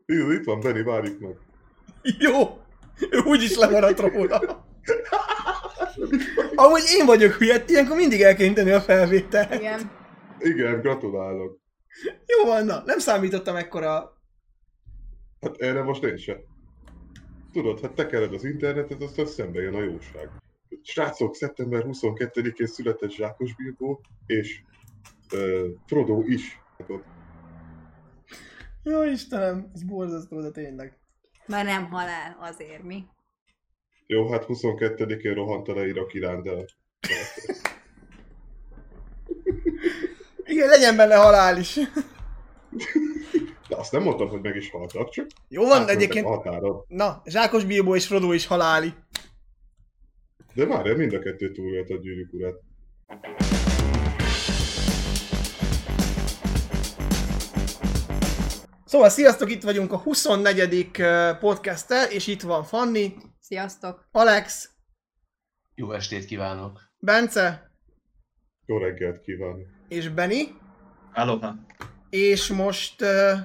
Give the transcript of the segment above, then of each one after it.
Itt van, Benni, várjuk meg. Jó! Ő úgyis lemaradt róla. Amúgy én vagyok hülye, ilyenkor mindig elkényteni a felvételt. Igen. Igen, gratulálok. Jó van, na, nem számítottam ekkora... Hát erre most én sem. Tudod, hát tekered az internetet, aztán szembe jön a jóság. Srácok, szeptember 22-én született Zsákos Bilbó, és Frodo is. Jó Istenem, ez borzasztó, de tényleg. Már nem halál, azért mi. Jó, hát 22-én rohant a Irak Irándel. Igen, legyen benne halál is. De azt nem mondtam, hogy meg is haltak, csak Jó van, egyébként... a határon. Na, Zsákos Bilbó és Frodo is haláli. De várjál, mind a kettő túlélt a Gyűrűk Urát. Szóval sziasztok, itt vagyunk a 24. podcasttel, és itt van Fanni, Sziasztok! Alex, Jó estét kívánok! Bence Jó reggelt kívánok! és Benny. Aloha! És most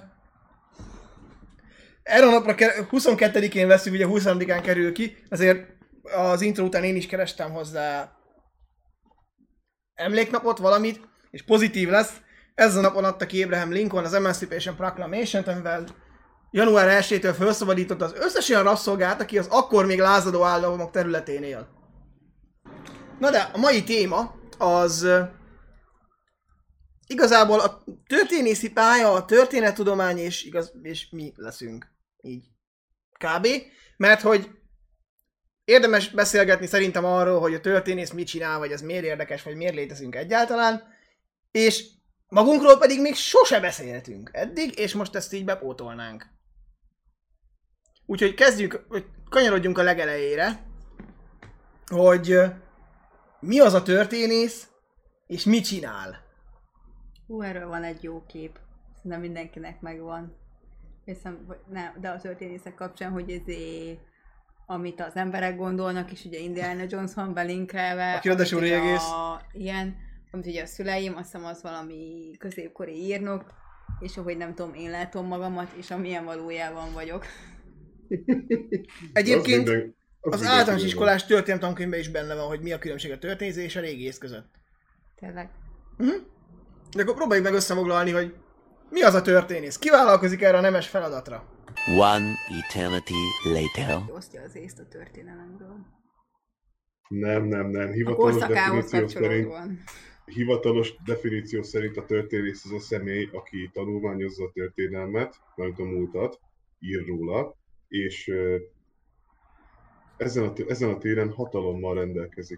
erre a napra 22-én veszünk, ugye 23-án kerül ki, azért az intro után én is kerestem hozzá emléknapot, valamit, és pozitív lesz. Ezen a napon adta ki Abraham Lincoln az Emancipation Proclamation-t, amivel január 1-től felszabadította az összes olyan rabszolgát, aki az akkor még lázadó államok területén él. Na de a mai téma az igazából a történészi pálya, a történettudomány és mi leszünk. Így. Kb. Mert hogy érdemes beszélgetni szerintem arról, hogy a történész mit csinál, vagy ez miért érdekes, vagy miért létezünk egyáltalán. És magunkról pedig még sose beszéltünk eddig, és most ezt így bepótolnánk. Úgyhogy kezdjük, hogy kanyarodjunk a legelejére, hogy mi az a történész, és mit csinál. Erről van egy jó kép. Szerintem mindenkinek megvan. Hiszem, nem, de a történészek kapcsán, hogy amit az emberek gondolnak, és ugye Indiana Jones van belinkelve. A kiradású régész. Igen, amit ugye a szüleim, azt hiszem az valami középkori írnok, és ahogy nem tudom, én látom magamat, és amilyen valójában vagyok. Egyébként az általános mindenki iskolás történetankönyvben is benne van, hogy mi a különbség a történész és a régész között. Tényleg. De akkor próbáljuk meg összefoglalni, hogy mi az a történész? Ki vállalkozik erre a nemes feladatra? One eternity later. Osztja az észt a történelemről. Nem. A Hivatalos korszakához definíció szerint kapcsolódóan. hivatalos definíció szerint a történész az a személy, aki tanulmányozza a történelmet, majd a múltat, ír róla, és ezen a téren hatalommal rendelkezik.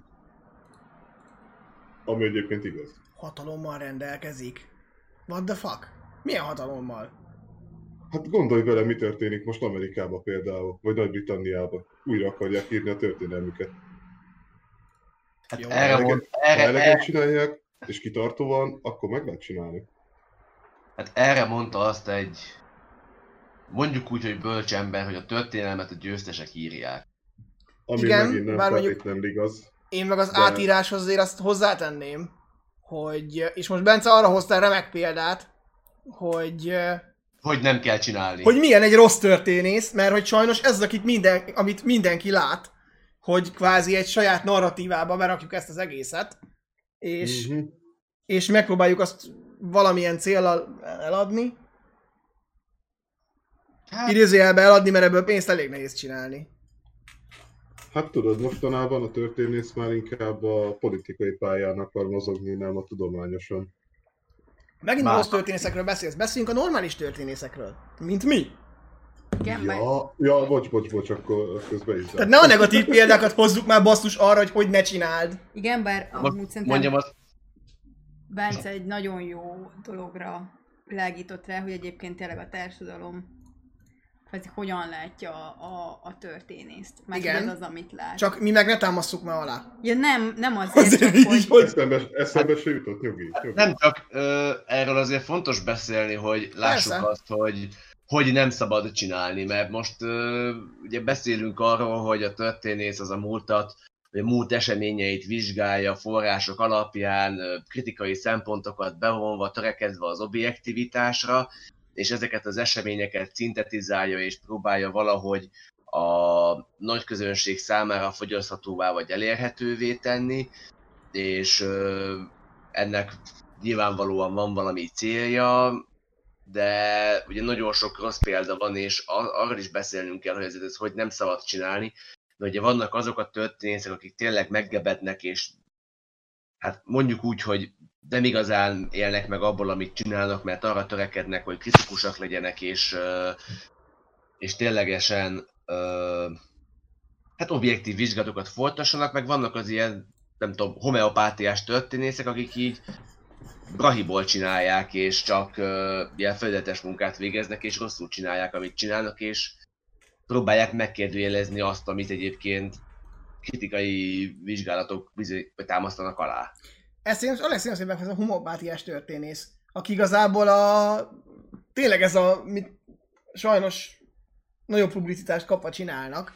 Ami egyébként igaz. Hatalommal rendelkezik. What the fuck? Milyen hatalommal? Hát gondolj bele, mi történik most Amerikában például, vagy Nagy-Britanniában. Újra akarják írni a történelmüket. Hát Jó, Ha eleget csinálják, és kitartóan, akkor meg lehet csinálni. hát erre mondta azt egy, mondjuk úgy, hogy bölcs ember, hogy a történelmet a győztesek írják. Ami Igen, megint nem bár mondjuk- feltétlenül igaz. Én meg az De- átíráshoz azért azt hozzátenném, hogy, és most Bence arra hoztál remek példát, hogy Hogy nem kell csinálni. milyen egy rossz történész, mert hogy sajnos ez az, amit mindenki lát, hogy kvázi egy saját narratívába berakjuk ezt az egészet, és, Mhm. és megpróbáljuk azt valamilyen céllal eladni. Hát, Idézőjelbe eladni, mert ebből pénzt elég nehéz csinálni. Hát tudod, mostanában a történész már inkább a politikai pályán akar mozogni, nem a tudományosan. Megint a Már- rossz történészekről beszélsz. Beszéljünk a normális történészekről. Mint mi. Igen, meg Ja, bocs, akkor közben is. Tehát ne a negatív példákat hozzuk már basszus arra, hogy ne csináld. igen, bár amúgy most szerintem mondjam azt, Bence egy nagyon jó dologra világított rá, hogy egyébként tényleg a társadalom kvázi hogyan látja a történészt. Mert Igen. ez az, amit lát. Csak mi meg ne támasszuk már alá. Ja nem azért, Azért csak így, hogy... hogy... Eszembe se jutott, nyugi. nem csak erről azért fontos beszélni, hogy lássuk Persze. azt, hogy nem szabad csinálni, mert most ugye beszélünk arról, hogy a történész az a múltat, vagy a múlt eseményeit vizsgálja források alapján, kritikai szempontokat bevonva, törekedve az objektivitásra, és ezeket az eseményeket szintetizálja és próbálja valahogy a nagy közönség számára fogyaszthatóvá vagy elérhetővé tenni, és ennek nyilvánvalóan van valami célja, de ugye nagyon sok rossz példa van, és arról is beszélnünk kell, hogy ez hogy nem szabad csinálni, de ugye vannak azok a történészek, akik tényleg meggebednek, és hát mondjuk úgy, hogy nem igazán élnek meg abból, amit csinálnak, mert arra törekednek, hogy kritikusak legyenek, és ténylegesen hát objektív vizsgálatokat folytassanak, meg vannak az ilyen, nem tudom, homeopátiás történészek, akik így brahiból csinálják, és csak ilyen felületes munkát végeznek, és rosszul csinálják, amit csinálnak, és próbálják megkérdőjelezni azt, amit egyébként kritikai vizsgálatok támasztanak alá. Ez Alex szépen ez a homeopátiás történész, aki igazából tényleg ez mit sajnos nagyobb publicitást kapva csinálnak.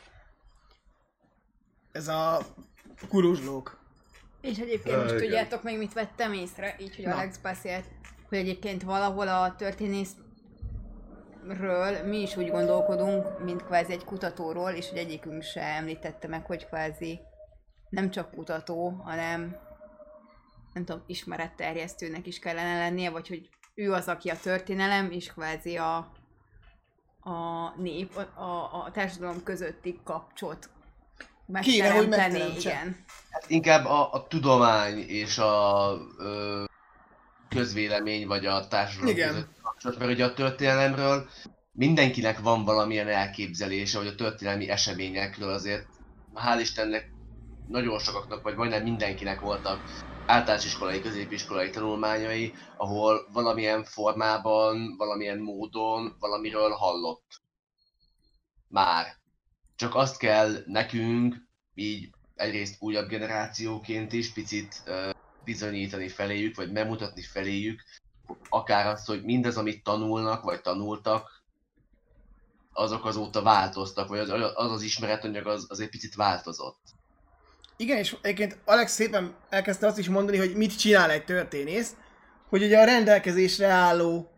Ez a kuruzslók. És egyébként most tudjátok még mit vettem észre, így hogy Alex beszélt, hogy egyébként valahol a történészről mi is úgy gondolkodunk, mint kvázi egy kutatóról, és hogy egyikünk se említette meg, hogy kvázi nem csak kutató, hanem nem tudom, ismeretterjesztőnek is kellene lennie, vagy hogy ő az, aki a történelem, és kvázi a nép, a társadalom közötti kapcsot megteremteni, igen. Hát inkább a tudomány és a közvélemény, vagy a társadalom közötti kapcsolat, mert ugye a történelemről mindenkinek van valamilyen elképzelése, vagy a történelmi eseményekről azért, hál' Istennek, nagyon sokaknak, vagy majdnem mindenkinek voltak általános iskolai, középiskolai tanulmányai, ahol valamilyen formában, valamilyen módon valamiről hallott. Már. Csak azt kell nekünk, így egyrészt újabb generációként is picit bizonyítani feléjük, vagy bemutatni feléjük, akár azt, hogy mindez, amit tanulnak, vagy tanultak, azok azóta változtak, vagy az ismeretanyag az egy picit változott. Igen, és egyébként Alex szépen elkezdte azt is mondani, hogy mit csinál egy történész, hogy ugye a rendelkezésre álló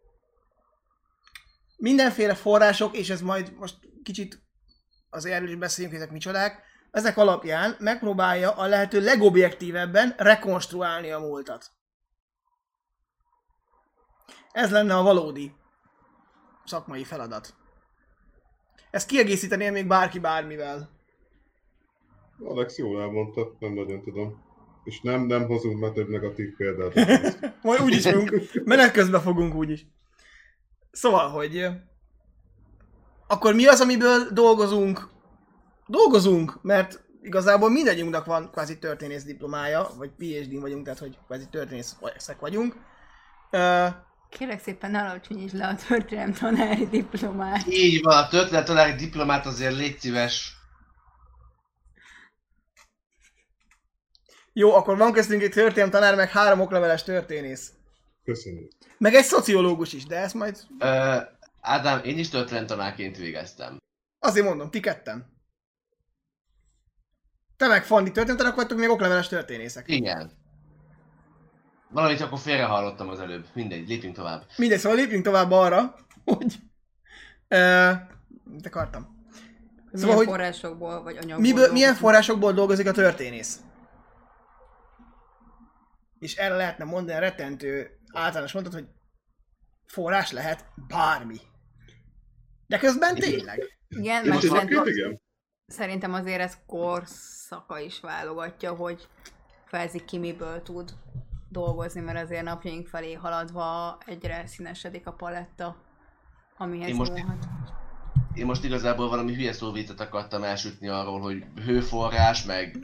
mindenféle források, és ez majd most kicsit azért erről is beszéljünk, hogy ezek micsodák, ezek alapján megpróbálja a lehető legobjektívebben rekonstruálni a múltat. Ez lenne a valódi szakmai feladat. Ezt kiegészítenél még bárki bármivel. Alex jól elmondta, nem nagyon tudom. És nem hozunk már több negatív példát. Majd úgyis fogunk, menet közben fogunk úgyis. Szóval, hogy akkor mi az, amiből dolgozunk? Dolgozunk, mert igazából mindegyünknek van kvázi történész diplomája, vagy PhD-n vagyunk, tehát hogy kvázi történészek vagyunk. Kérlek szépen, ne alacsonyítsd le a történelemtanári diplomát. Így van, a történelemtanári diplomát azért légy szíves. Jó, akkor van köztünk egy történelemtanár, meg 3 okleveles történész. Köszönjük. Meg egy szociológus is, de ezt majd... Ádám, én is történelemtanárként végeztem. Azért mondom, ti ketten. Te meg Fandi történelemtanárok vagytok, még okleveles történészek. Igen. Valamit akkor félrehallottam az előbb. Mindegy, lépjünk tovább. Mindegy, szóval lépjünk tovább arra, hogy... mit akartam? Szóval, milyen forrásokból, vagy anyagból milyen forrásokból dolgozik a történész? És erre lehetne mondani a rettentő általános mondat, hogy forrás lehet bármi. De közben tényleg. Igen, meg szerintem azért ez korszaka is válogatja, hogy kvázi ki miből tud dolgozni, mert azért napjaink felé haladva egyre színesedik a paletta, amihez múlhat. Én most igazából valami hülye szóvitet akartam elsütni arról, hogy hőforrás, meg...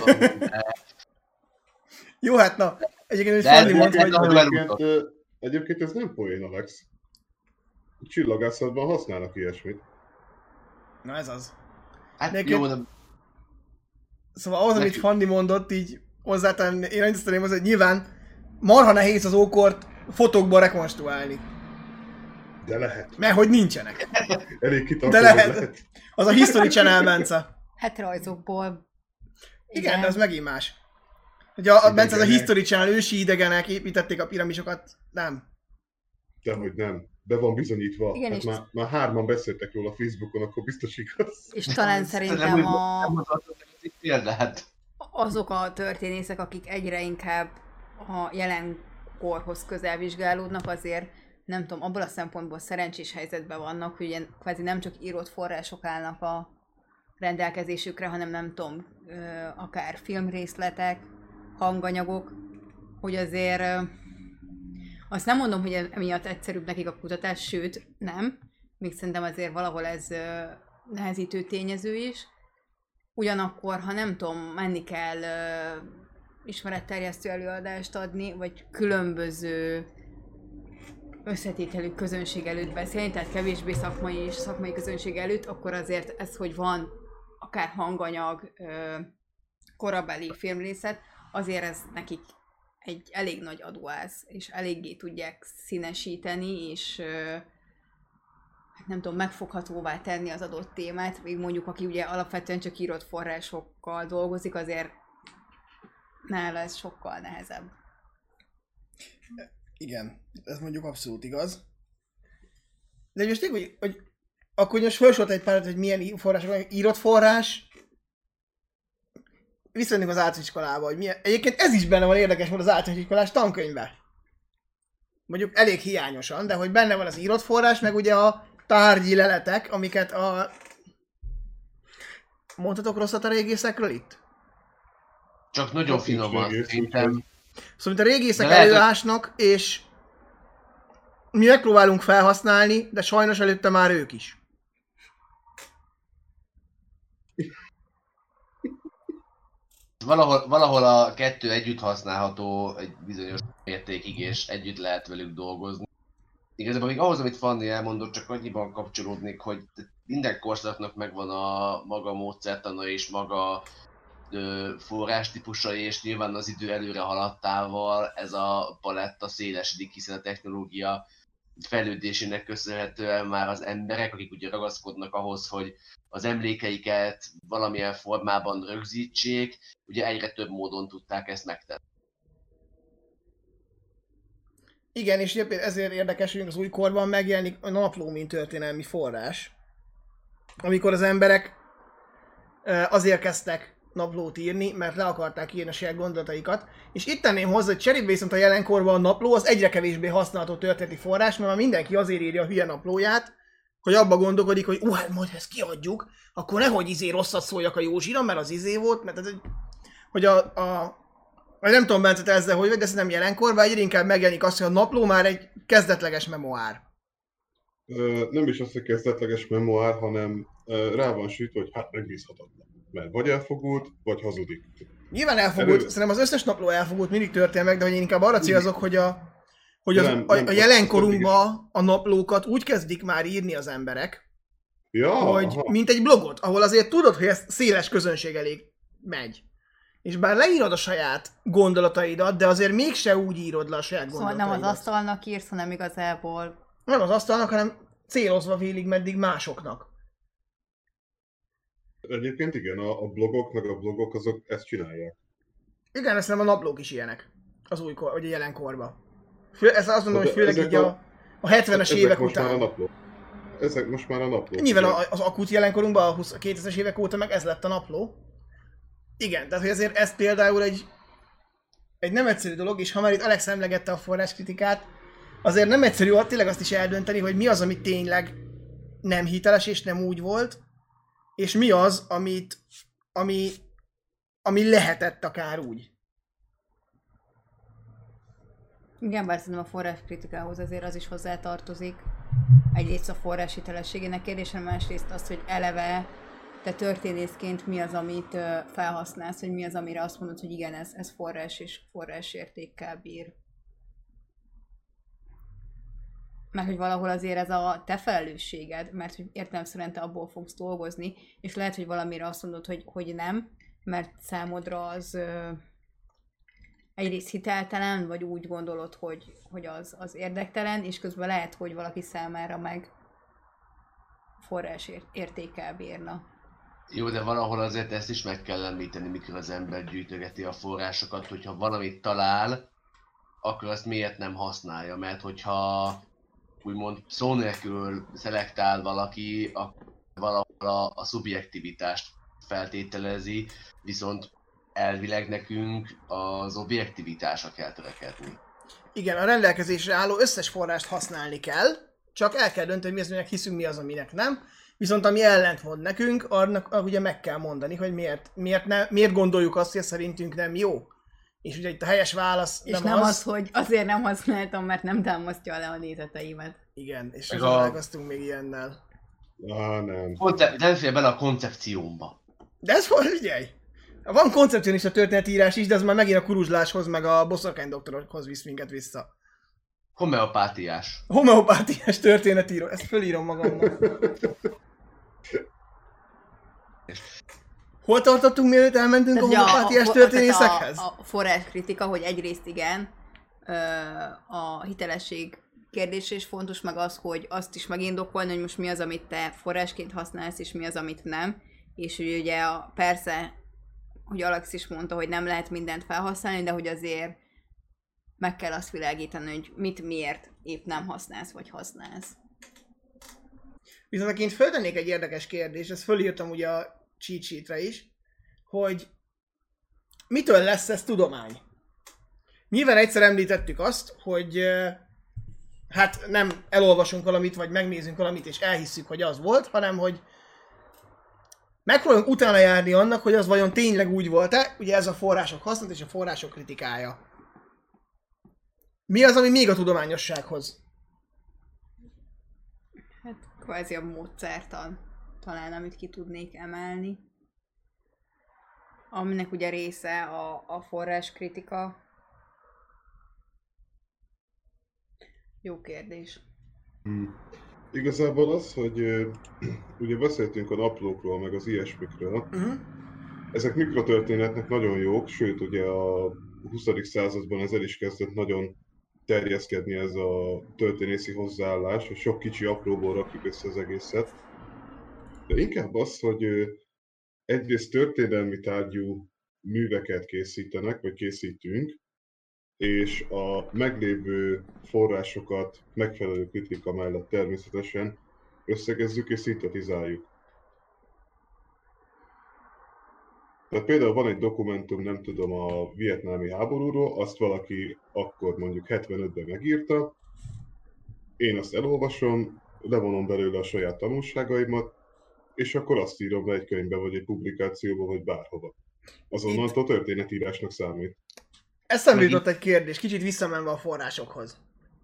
Jó, hát na, egyébként Fanni mondta, hogy... Egyébként ez nem poén, Alex. Csillagászatban használnak ilyesmit. Na ez az. Hát neked... jó, de... Szóval ahhoz, amit Fanni mondott, így hozzátenni, én annyit szeretném hozzá, hogy nyilván marha nehéz az ókort fotókból rekonstruálni. De lehet. Mert hogy nincsenek. Elég kitartó, de lehet. Az a History Channel, Bence. Hát rajzokból. Igen, de az megint más. Ugye a Bence, az a History Channel, ősi idegenek építették a piramisokat, nem. Dehogy nem. be van bizonyítva. Igen, Hát és- már 3-an beszéltek róla a Facebookon, akkor biztos igaz. És talán szerintem Nem mutatott egy példát. azok a történészek, akik egyre inkább a jelen korhoz közel vizsgálódnak, azért nem tudom, abból a szempontból szerencsés helyzetben vannak, hogy ilyen kvázi nem csak írott források állnak a rendelkezésükre, hanem nem tudom, akár filmrészletek, hanganyagok, hogy azért azt nem mondom, hogy emiatt egyszerűbb nekik a kutatás, sőt, nem. Még szerintem azért valahol ez nehezítő tényező is. Ugyanakkor, ha nem tudom, menni kell ismeretterjesztő előadást adni, vagy különböző összetételű közönség előtt beszélni, tehát kevésbé szakmai és szakmai közönség előtt, akkor azért ez, hogy van akár hanganyag, korabeli filmrészlet, azért ez nekik egy elég nagy adóász, és eléggé tudják színesíteni, és hát nem tudom, megfoghatóvá tenni az adott témát, még mondjuk aki ugye alapvetően csak írott forrásokkal dolgozik, azért nála ez sokkal nehezebb. Igen, ez mondjuk abszolút igaz. De most tényleg, hogy akkor most felsorolta egy párat, hogy milyen források van, írott forrás, visszajönünk az általános iskolába, hogy milyen... Egyébként ez is benne van érdekes módon az általános iskolás tankönyvben. Mondjuk elég hiányosan, de hogy benne van az írott forrás, meg ugye a tárgyi leletek, amiket a... Mondhatok rosszat a régészekről itt? Csak nagyon finoman, régész, szerintem. Szóval mint a régészek De lehet, hogy- előásnak, és mi megpróbálunk felhasználni, de sajnos előtte már ők is. Valahol a kettő együtt használható egy bizonyos mértékig, és együtt lehet velük dolgozni. Igazából még ahhoz, amit Fanni elmondott, csak annyiban kapcsolódnék, hogy minden korszaknak megvan a maga módszertana és maga forrástípusai, és nyilván az idő előre haladtával ez a paletta szélesedik, hiszen a technológia fejlődésének köszönhetően már az emberek, akik ugye ragaszkodnak ahhoz, hogy az emlékeiket valamilyen formában rögzítsék, ugye egyre több módon tudták ezt megtenni. Igen, és ezért érdekes, hogy az új korban megjelenik a napló, mint történelmi forrás. Amikor az emberek azért kezdtek naplót írni, mert le akarták írni a saját gondolataikat. És itt tenném hozzá, hogy cserébe viszont a jelenkorban a napló az egyre kevésbé használható történeti forrás, mert már mindenki azért írja a hülye naplóját, hogy abba gondolkodik, hogy hát majd ezt kiadjuk, akkor nehogy rosszat szóljak a Józsira, mert az volt, mert ez egy, hogy nem tudom, Bence, te ezzel hogy vagy, de ez nem jelenkorban, egyre inkább megjelenik az, hogy a napló már egy kezdetleges memoár. Nem is az, hogy kezdetleges memoár, hanem rá van sütve, hogy hát megbízhatatlan. Mert vagy elfogult, vagy hazudik. Nyilván elfogult, szerintem az összes napló elfogult, mindig történt meg, de hogy én inkább arra célzok, hogy a jelenkorunkban a naplókat úgy kezdik már írni az emberek, Ja, hogy aha. mint egy blogot, ahol azért tudod, hogy ez széles közönség elég megy. És bár leírod a saját gondolataidat, de azért mégse úgy írod le a saját Szóval nem gondolataidat. az asztalnak írsz, hanem igazából... Nem az asztalnak, hanem célozva vélig meddig másoknak. Egyébként igen, a blogok azok ezt csinálják. Igen, ezt nem a naplók is ilyenek. Az újkor, vagy a jelenkorban. Ezt azt mondom, De hogy főleg ezek így a 70-es ezek évek most után. Már a napló. Ezek most már a napló. Nyilván az akut jelenkorunkban, a 2000-es évek óta meg ez lett a napló. Igen, tehát hogy azért ez például egy nem egyszerű dolog, és ha már itt Alex emlegette a forráskritikát, azért nem egyszerű tényleg azt is eldönteni, hogy mi az, ami tényleg nem hiteles és nem úgy volt, és mi az, ami lehetett akár úgy. Igen, bár szerintem a forráskritikához azért az is hozzátartozik. Egyrészt a forrás hitelességének kérdése, másrészt az, hogy eleve te történészként mi az, amit felhasználsz, hogy mi az, amire azt mondod, hogy igen, ez forrás és forrásértékkel bír. Mert hogy valahol azért ez a te felelősséged, mert hogy értelemszerűen te abból fogsz dolgozni, és lehet, hogy valamire azt mondod, hogy nem, mert számodra az egyrészt hiteltelen, vagy úgy gondolod, hogy az érdektelen, és közben lehet, hogy valaki számára meg forrás értékkel bírna. Jó, de valahol azért ezt is meg kell említeni, mikor az ember gyűjtögeti a forrásokat, hogyha valamit talál, akkor azt miért nem használja, mert hogyha úgymond szó nélkül szelektál valaki, valahol a szubjektivitást feltételezi, viszont elvileg nekünk az objektivitásra kell törekedni. Igen, a rendelkezésre álló összes forrást használni kell, csak el kell dönteni, mi az, aminek hiszünk, mi az, aminek nem. Viszont ami ellentmond nekünk, annak ugye meg kell mondani, hogy miért gondoljuk azt, hogy szerintünk nem jó. És ugye itt a helyes válasz és nem az, hogy azért nem használtam, mert nem támasztja le a nézeteimet. Igen, és találkoztunk még ilyennel. Nem. Nem fél bele a koncepciómba. De ez hol, figyelj! Van koncepcionista történetírás is, de az már megint a kuruzsláshoz, meg a boszorkány doktorokhoz visz minket vissza. Homeopátiás. Homeopátiás történetíró, ezt fölírom magamnak. Hol tartottunk, mielőtt elmentünk a homeopátiás történészekhez? A forráskritika, hogy egyrészt igen, a hitelesség kérdése is fontos, meg az, hogy azt is megindokolni, hogy most mi az, amit te forrásként használsz, és mi az, amit nem. És ugye persze, hogy Alex is mondta, hogy nem lehet mindent felhasználni, de hogy azért meg kell azt világítani, hogy mit miért épp nem használsz, vagy használsz. Viszont aként föltennék egy érdekes kérdést, ezt fölírtam ugye a cheat sheetre is, hogy mitől lesz ez tudomány? Nyilván egyszer említettük azt, hogy hát nem elolvasunk valamit, vagy megnézünk valamit, és elhisszük, hogy az volt, hanem hogy megpróbálunk utána járni annak, hogy az vajon tényleg úgy volt-e, ugye ez a források használat és a források kritikája. Mi az, ami még a tudományossághoz? Hát kvázi a módszertan talán, amit ki tudnék emelni. Aminek ugye része a forráskritika. Jó kérdés. Igazából az, hogy ugye beszéltünk a naplókról, meg az ilyesmikről. Ezek mikrotörténetnek nagyon jók, sőt ugye a 20. században ez el is kezdett nagyon terjeszkedni ez a történészi hozzáállás, hogy sok kicsi apróból rakjuk össze az egészet. De inkább az, hogy egyrészt történelmi tárgyú műveket készítenek, vagy készítünk, és a meglévő forrásokat megfelelő kritika mellett természetesen összegezzük és szintetizáljuk. Tehát például van egy dokumentum, nem tudom, a vietnámi háborúról, azt valaki akkor mondjuk 75-ben megírta, én azt elolvasom, levonom belőle a saját tanulságaimat, és akkor azt írom be egy könyvbe, vagy egy publikációba, vagy bárhova. Azonnantól történetírásnak számít. Eszembe jutott egy kérdés, kicsit visszamenve a forrásokhoz.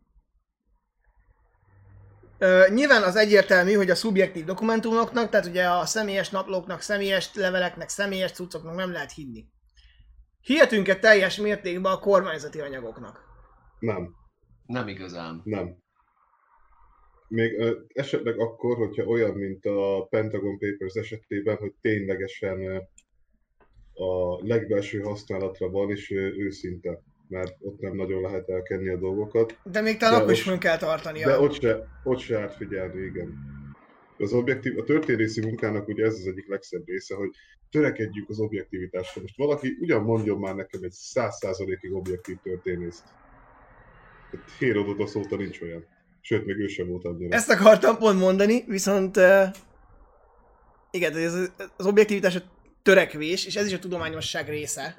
Nyilván az egyértelmű, hogy a szubjektív dokumentumoknak, tehát ugye a személyes naplóknak, személyes leveleknek, személyes cuccoknak nem lehet hinni. Hihetünk-e teljes mértékben a kormányzati anyagoknak? Nem. Nem igazán. Nem. Még esetleg akkor, hogyha olyan, mint a Pentagon Papers esetében, hogy ténylegesen a legbelső használatra van, és őszinte, mert ott nem nagyon lehet elkenni a dolgokat. De még talán akkor is fönn kell tartania. De ott se átfigyelni, igen. A történészi munkának ugye ez az egyik legszebb része, hogy törekedjük az objektivitásra. Most valaki ugyan mondjon már nekem egy 100%-ig objektív történészt. Hérodotosz óta nincs olyan. Sőt, még ő sem volt annyira. Ezt akartam pont mondani, viszont igen, az objektivitás a törekvés, és ez is a tudományosság része.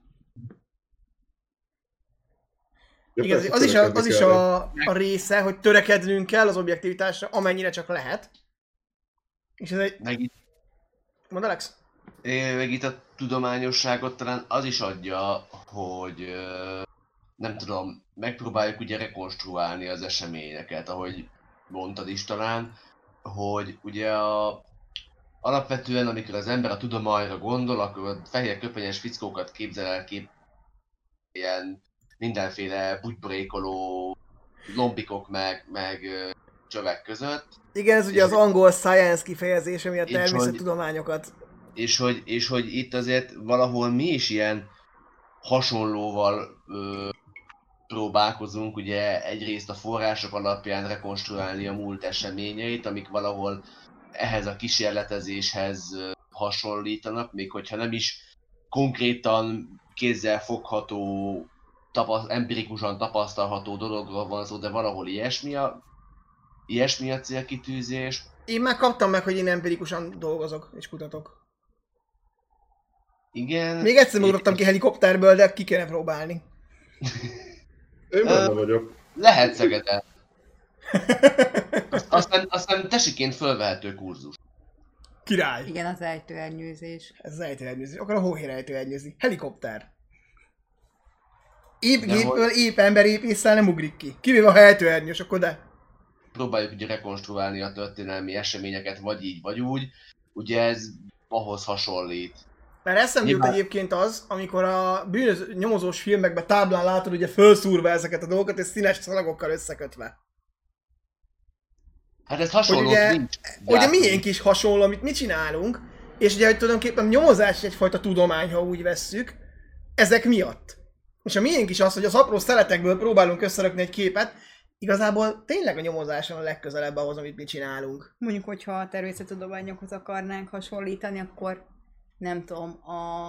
Ja, igen, persze, az is a része, hogy törekednünk kell az objektivitásra, amennyire csak lehet. És ez egy... Mondd, Alex? Meg itt a tudományosságot talán az is adja, hogy nem tudom, megpróbáljuk ugye rekonstruálni az eseményeket, ahogy mondtad is talán, hogy ugye alapvetően, amikor az ember a tudományra gondol, akkor a fehér köpenyes fickókat képzel el ilyen mindenféle bugyborékoló lombikok meg csövek között. Igen, ez ugye az angol science kifejezés, ami a természettudományokat. És hogy itt azért valahol mi is ilyen hasonlóval próbálkozunk, ugye egyrészt a források alapján rekonstruálni a múlt eseményeit, amik valahol ehhez a kísérletezéshez hasonlítanak, még hogyha nem is konkrétan kézzel fogható, empirikusan tapasztalható dologról van szó, de valahol ilyesmi a ilyesmi a célkitűzés. Én már kaptam meg, hogy én empirikusan dolgozok és kutatok. Igen. Még egyszer ugrottam ki helikopterből, de ki kéne próbálni. Én benne vagyok. Lehet Szegeden. Aztán tesiként fölvehető kurzus. Király. Igen, az ejtőernyőzés. Ez az ejtőernyőzés. Akkor a hóhér ejtőernyőzni. Helikopter. Épp gépből, épp emberépésszel nem ugrik ki. Kivéve ha ejtőernyős, akkor de. Próbáljuk ugye rekonstruálni a történelmi eseményeket, vagy így, vagy úgy. Ugye ez ahhoz hasonlít. Mert eszembe jut Nyilván- egyébként az, amikor a bűnöző nyomozós filmekben táblán látod ugye felszúrva ezeket a dolgokat, és színes szalagokkal összekötve. Hát ez hasonló ugye- nincs. Ugye miénk is hasonló, amit mi csinálunk, és ugye hogy tulajdonképpen a nyomozás egyfajta tudomány, ha úgy vesszük, ezek miatt. És a miénk is az, hogy az apró szeletekből próbálunk összerakni egy képet, igazából tényleg a nyomozáson a legközelebb ahhoz, amit mi csinálunk. Mondjuk, hogyha a természettudományokhoz akarnánk hasonlítani, akkor nem tudom,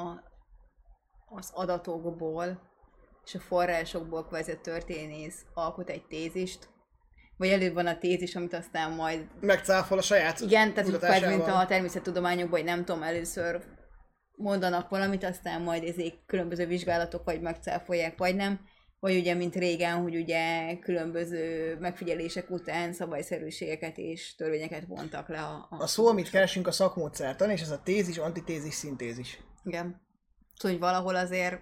az adatokból és a forrásokból kvázi a történész alkot egy tézist, vagy előbb van a tézis, amit aztán majd... Megcáfol a saját Igen, tehát kvázi, mint kutatásával. a természettudományokban, hogy nem tudom, először mondanak valamit, aztán majd ezek különböző vizsgálatok vagy megcáfolják, vagy nem. Vagy ugye, mint régen, hogy ugye különböző megfigyelések után szabályszerűségeket és törvényeket vontak le A szó, amit keresünk, a szakmódszertan, és ez a tézis, antitézis, szintézis. Igen. Szóval, hogy valahol azért...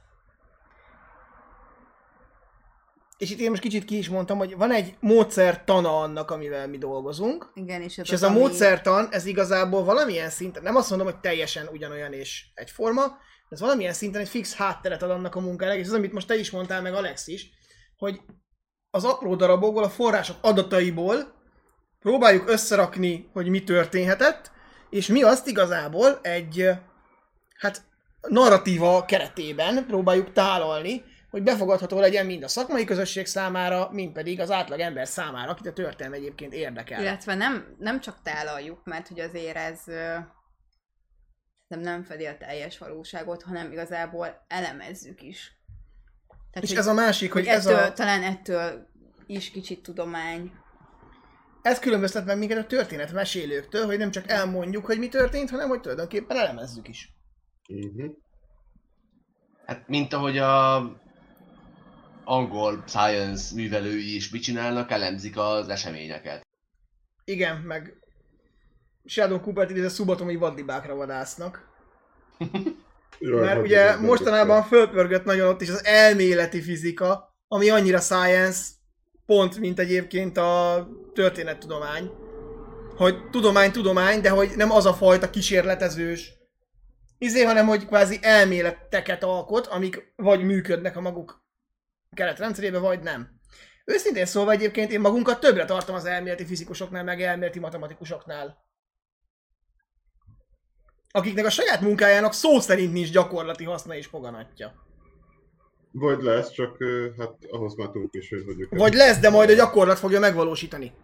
És itt én most kicsit ki is mondtam, hogy van egy módszertana annak, amivel mi dolgozunk, Igen, és és az, ez a módszertan, ez igazából valamilyen szinten, nem azt mondom, hogy teljesen ugyanolyan és egyforma, ez valamilyen szinten egy fix hátteret ad annak a munkának, és az, amit most te is mondtál, meg Alex is, hogy az apró darabokból, a források adataiból próbáljuk összerakni, hogy mi történhetett, és mi azt igazából egy, hát, narratíva keretében próbáljuk tálalni, hogy befogadható legyen mind a szakmai közösség számára, mind pedig az átlag ember számára, akit a történelem egyébként érdekel. illetve nem csak tálaljuk, mert hogy azért ez nem fedi a teljes valóságot, hanem igazából elemezzük is. Tehát, És hogy- ez a másik, hogy talán ettől is kicsit tudomány. ez különböztet meg minket a történetmesélőktől, hogy nem csak elmondjuk, hogy mi történt, hanem hogy tulajdonképpen elemezzük is. Hát mint ahogy a angol science művelői is mit csinálnak, elemzik az eseményeket. Igen, meg Sheldon Coopert idézve szubatomi vaddibákra vadásznak. Jaj, Mert hogy ugye ez nem mostanában tetszik. fölpörgött nagyon ott is az elméleti fizika, ami annyira science, pont mint egyébként a történettudomány. Hogy tudomány, de hogy nem az a fajta kísérletezős hanem hogy kvázi elméleteket alkot, amik vagy működnek a maguk keretrendszerébe, vagy nem. Őszintén szólva egyébként én magunkat többre tartom az elméleti fizikusoknál, meg elméleti matematikusoknál. Akiknek a saját munkájának szó szerint nincs gyakorlati haszna és foganatja. Vagy lesz, csak hát ahhoz már túl későn vagyok. Vagy lesz, de majd a gyakorlat fogja megvalósítani.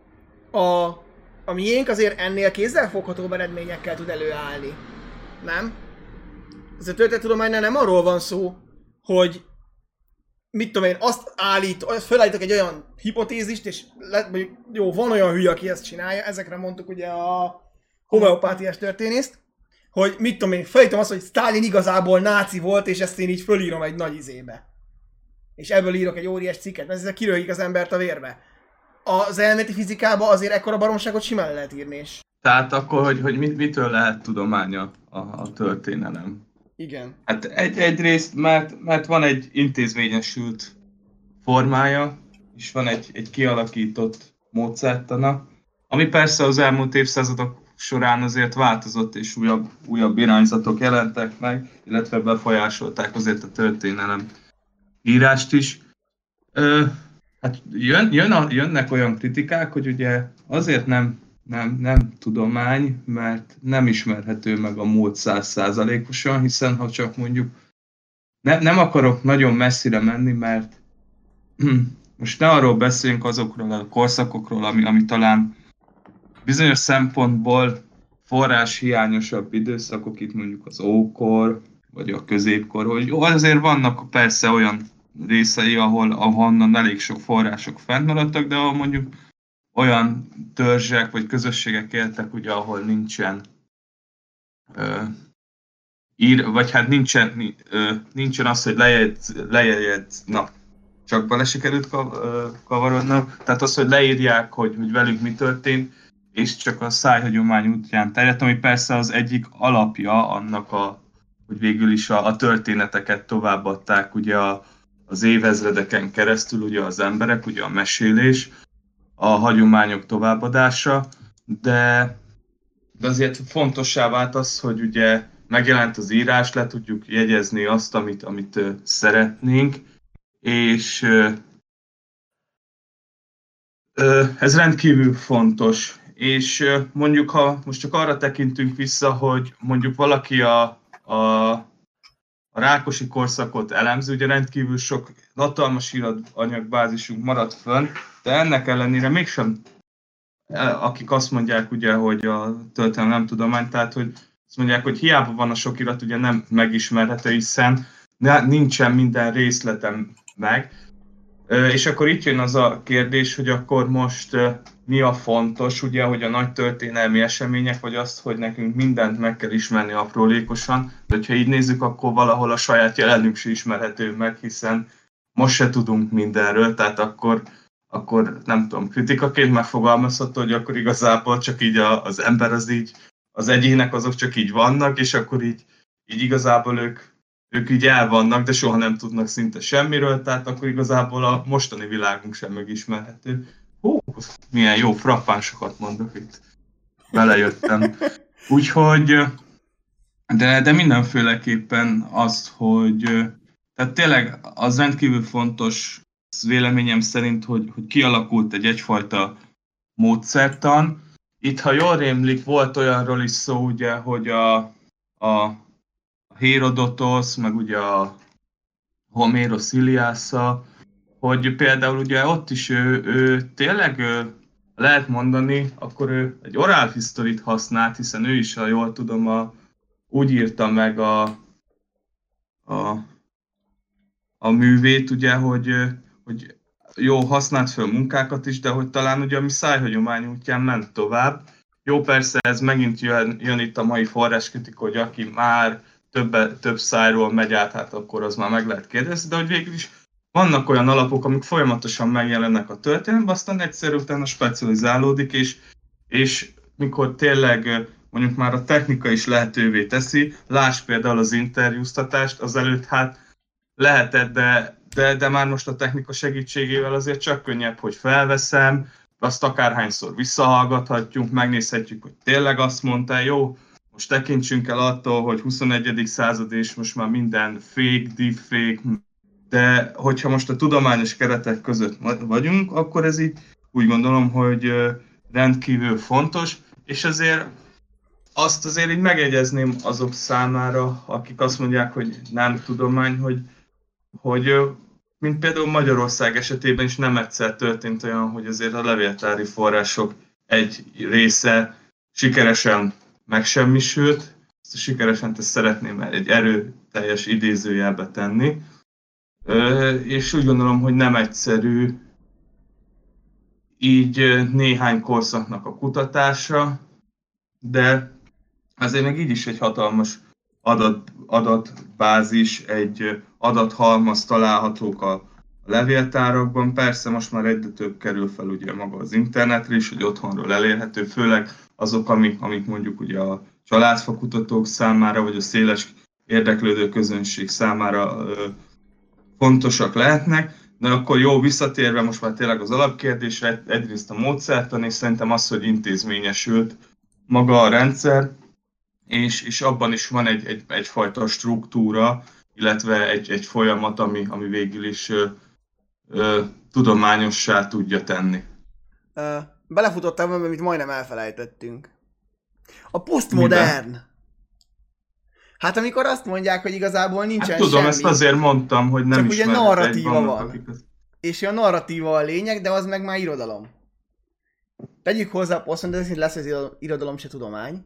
A miénk azért ennél kézzelfoghatóbb eredményekkel tud előállni. Nem? Ez a történettudománynál nem arról van szó, hogy mit tudom én, azt felállítok egy olyan hipotézist, és mondjuk, jó, van olyan hülye, aki ezt csinálja, ezekre mondtuk ugye a homeopátiás történészt, hogy mit tudom én, felállítom azt, hogy Sztálin igazából náci volt, és ezt én így fölírom egy nagy izébe. És ebből írok egy óriás cikket, mert ezzel kiröljük az embert a vérbe. Az elméleti fizikában azért ekkora baromságot simán lehet írni, és... Tehát akkor, hogy mitől lehet tudománya a történelem? Igen. Hát egyrészt, mert van egy intézményesült formája, és van egy kialakított módszertana, ami persze az elmúlt évszázadok során azért változott, és újabb irányzatok jelentek meg, illetve befolyásolták azért a történelem írást is. Hát jönnek olyan kritikák, hogy ugye azért nem tudomány, mert nem ismerhető meg a mód 100%-osan, hiszen ha csak mondjuk nem akarok nagyon messzire menni, mert most ne arról beszéljünk azokról a korszakokról, ami talán bizonyos szempontból forráshiányosabb időszakok, itt mondjuk az ókor, vagy a középkor, hogy jó, azért vannak persze olyan részei, ahonnan elég sok források fennmaradtak, de ahol mondjuk olyan törzsek vagy közösségek éltek, ugye, ahol nincsen vagy hát nincsen az, hogy lejegyez, na, csak bele sikerült kavarodnak, tehát az, hogy leírják, hogy velük mi történt, és csak a szájhagyomány útján terjedt, ami persze az egyik alapja annak, hogy végül is a történeteket továbbadták ugye az évezredeken keresztül ugye az emberek, ugye a mesélés, a hagyományok továbbadása, de azért fontossá vált az, hogy ugye megjelent az írás, le tudjuk jegyezni azt, amit szeretnénk, és ez rendkívül fontos. És mondjuk, ha most csak arra tekintünk vissza, hogy mondjuk valaki a Rákosi korszakot elemzi, ugye rendkívül sok hatalmas iratanyagbázisunk maradt fönn, de ennek ellenére mégsem, akik azt mondják, ugye, hogy a történelem nem tudomány, tehát hogy azt mondják, hogy hiába van a sok irat, ugye nem megismerhető, hiszen nincsen minden részletem meg. És akkor itt jön az a kérdés, hogy akkor most mi a fontos, ugye, hogy a nagy történelmi események, vagy azt, hogy nekünk mindent meg kell ismerni aprólékosan, de hogyha így nézzük, akkor valahol a saját jelenünk se ismerhető meg, hiszen most se tudunk mindenről, tehát akkor nem tudom, kritikaként megfogalmazható, hogy akkor igazából csak így az ember az egyének azok csak így vannak, és akkor így igazából ők így el vannak, de soha nem tudnak szinte semmiről, tehát akkor igazából a mostani világunk sem megismerhető. Milyen jó frappánsokat mondok itt. Belejöttem. Úgyhogy, de mindenféleképpen az, hogy tehát tényleg az rendkívül fontos véleményem szerint, hogy kialakult egyfajta módszertan. Itt, ha jól rémlik, volt olyanról is szó, ugye, hogy a Hérodotosz, meg ugye a Homérosz Iliásza, hogy például ugye ott is ő tényleg lehet mondani, akkor ő egy oral historyt használt, hiszen ő is, ha jól tudom, úgy írta meg a művét, ugye, hogy jó, használt föl munkákat is, de hogy talán ugye a mi szájhagyomány útján ment tovább. Jó, persze ez megint jön itt a mai forráskritika, hogy aki már több szájról megy át, hát akkor az már meg lehet kérdezni, de hogy végül is vannak olyan alapok, amik folyamatosan megjelennek a történetben, aztán egyszer utána specializálódik, és mikor tényleg mondjuk már a technika is lehetővé teszi, láss például az interjúztatást, azelőtt hát lehetett, de már most a technika segítségével azért csak könnyebb, hogy felveszem, azt akárhányszor visszahallgathatjuk, megnézhetjük, hogy tényleg azt mondta, jó, most tekintsünk el attól, hogy 21. század és most már minden fake, deepfake, de hogyha most a tudományos keretek között vagyunk, akkor ez így úgy gondolom, hogy rendkívül fontos, és azért azt azért így megjegyezném azok számára, akik azt mondják, hogy nem tudomány, hogy mint például Magyarország esetében is nem egyszer történt olyan, hogy azért a levéltári források egy része sikeresen megsemmisült. Ezt a sikeresen szeretném egy erőteljes idézőjelbe tenni. És úgy gondolom, hogy nem egyszerű így néhány korszaknak a kutatása, de azért még így is egy hatalmas adatbázis, egy adathalmaz találhatók a levéltárakban. Persze most már egyre több kerül fel ugye maga az internetre is, hogy otthonról elérhető, főleg azok, amik mondjuk ugye a családfakutatók számára, vagy a széles érdeklődő közönség számára fontosak lehetnek, de akkor jó, visszatérve most már tényleg az alapkérdésre, egyrészt a módszertan, és szerintem az, hogy intézményesült maga a rendszer, és abban is van egyfajta struktúra, illetve egy folyamat, ami végül is tudományossá tudja tenni. Belefutottam, amit majdnem elfelejtettünk. A posztmodern. Miben? Hát amikor azt mondják, hogy igazából nincsen hát tudom, semmi. Ezt azért mondtam, hogy nem ismerhet. Csak ugye narratíva van. És a narratíva a lényeg, de az meg már irodalom. Tegyük hozzá a posztmodern, hogy lesz az irodalom se tudomány.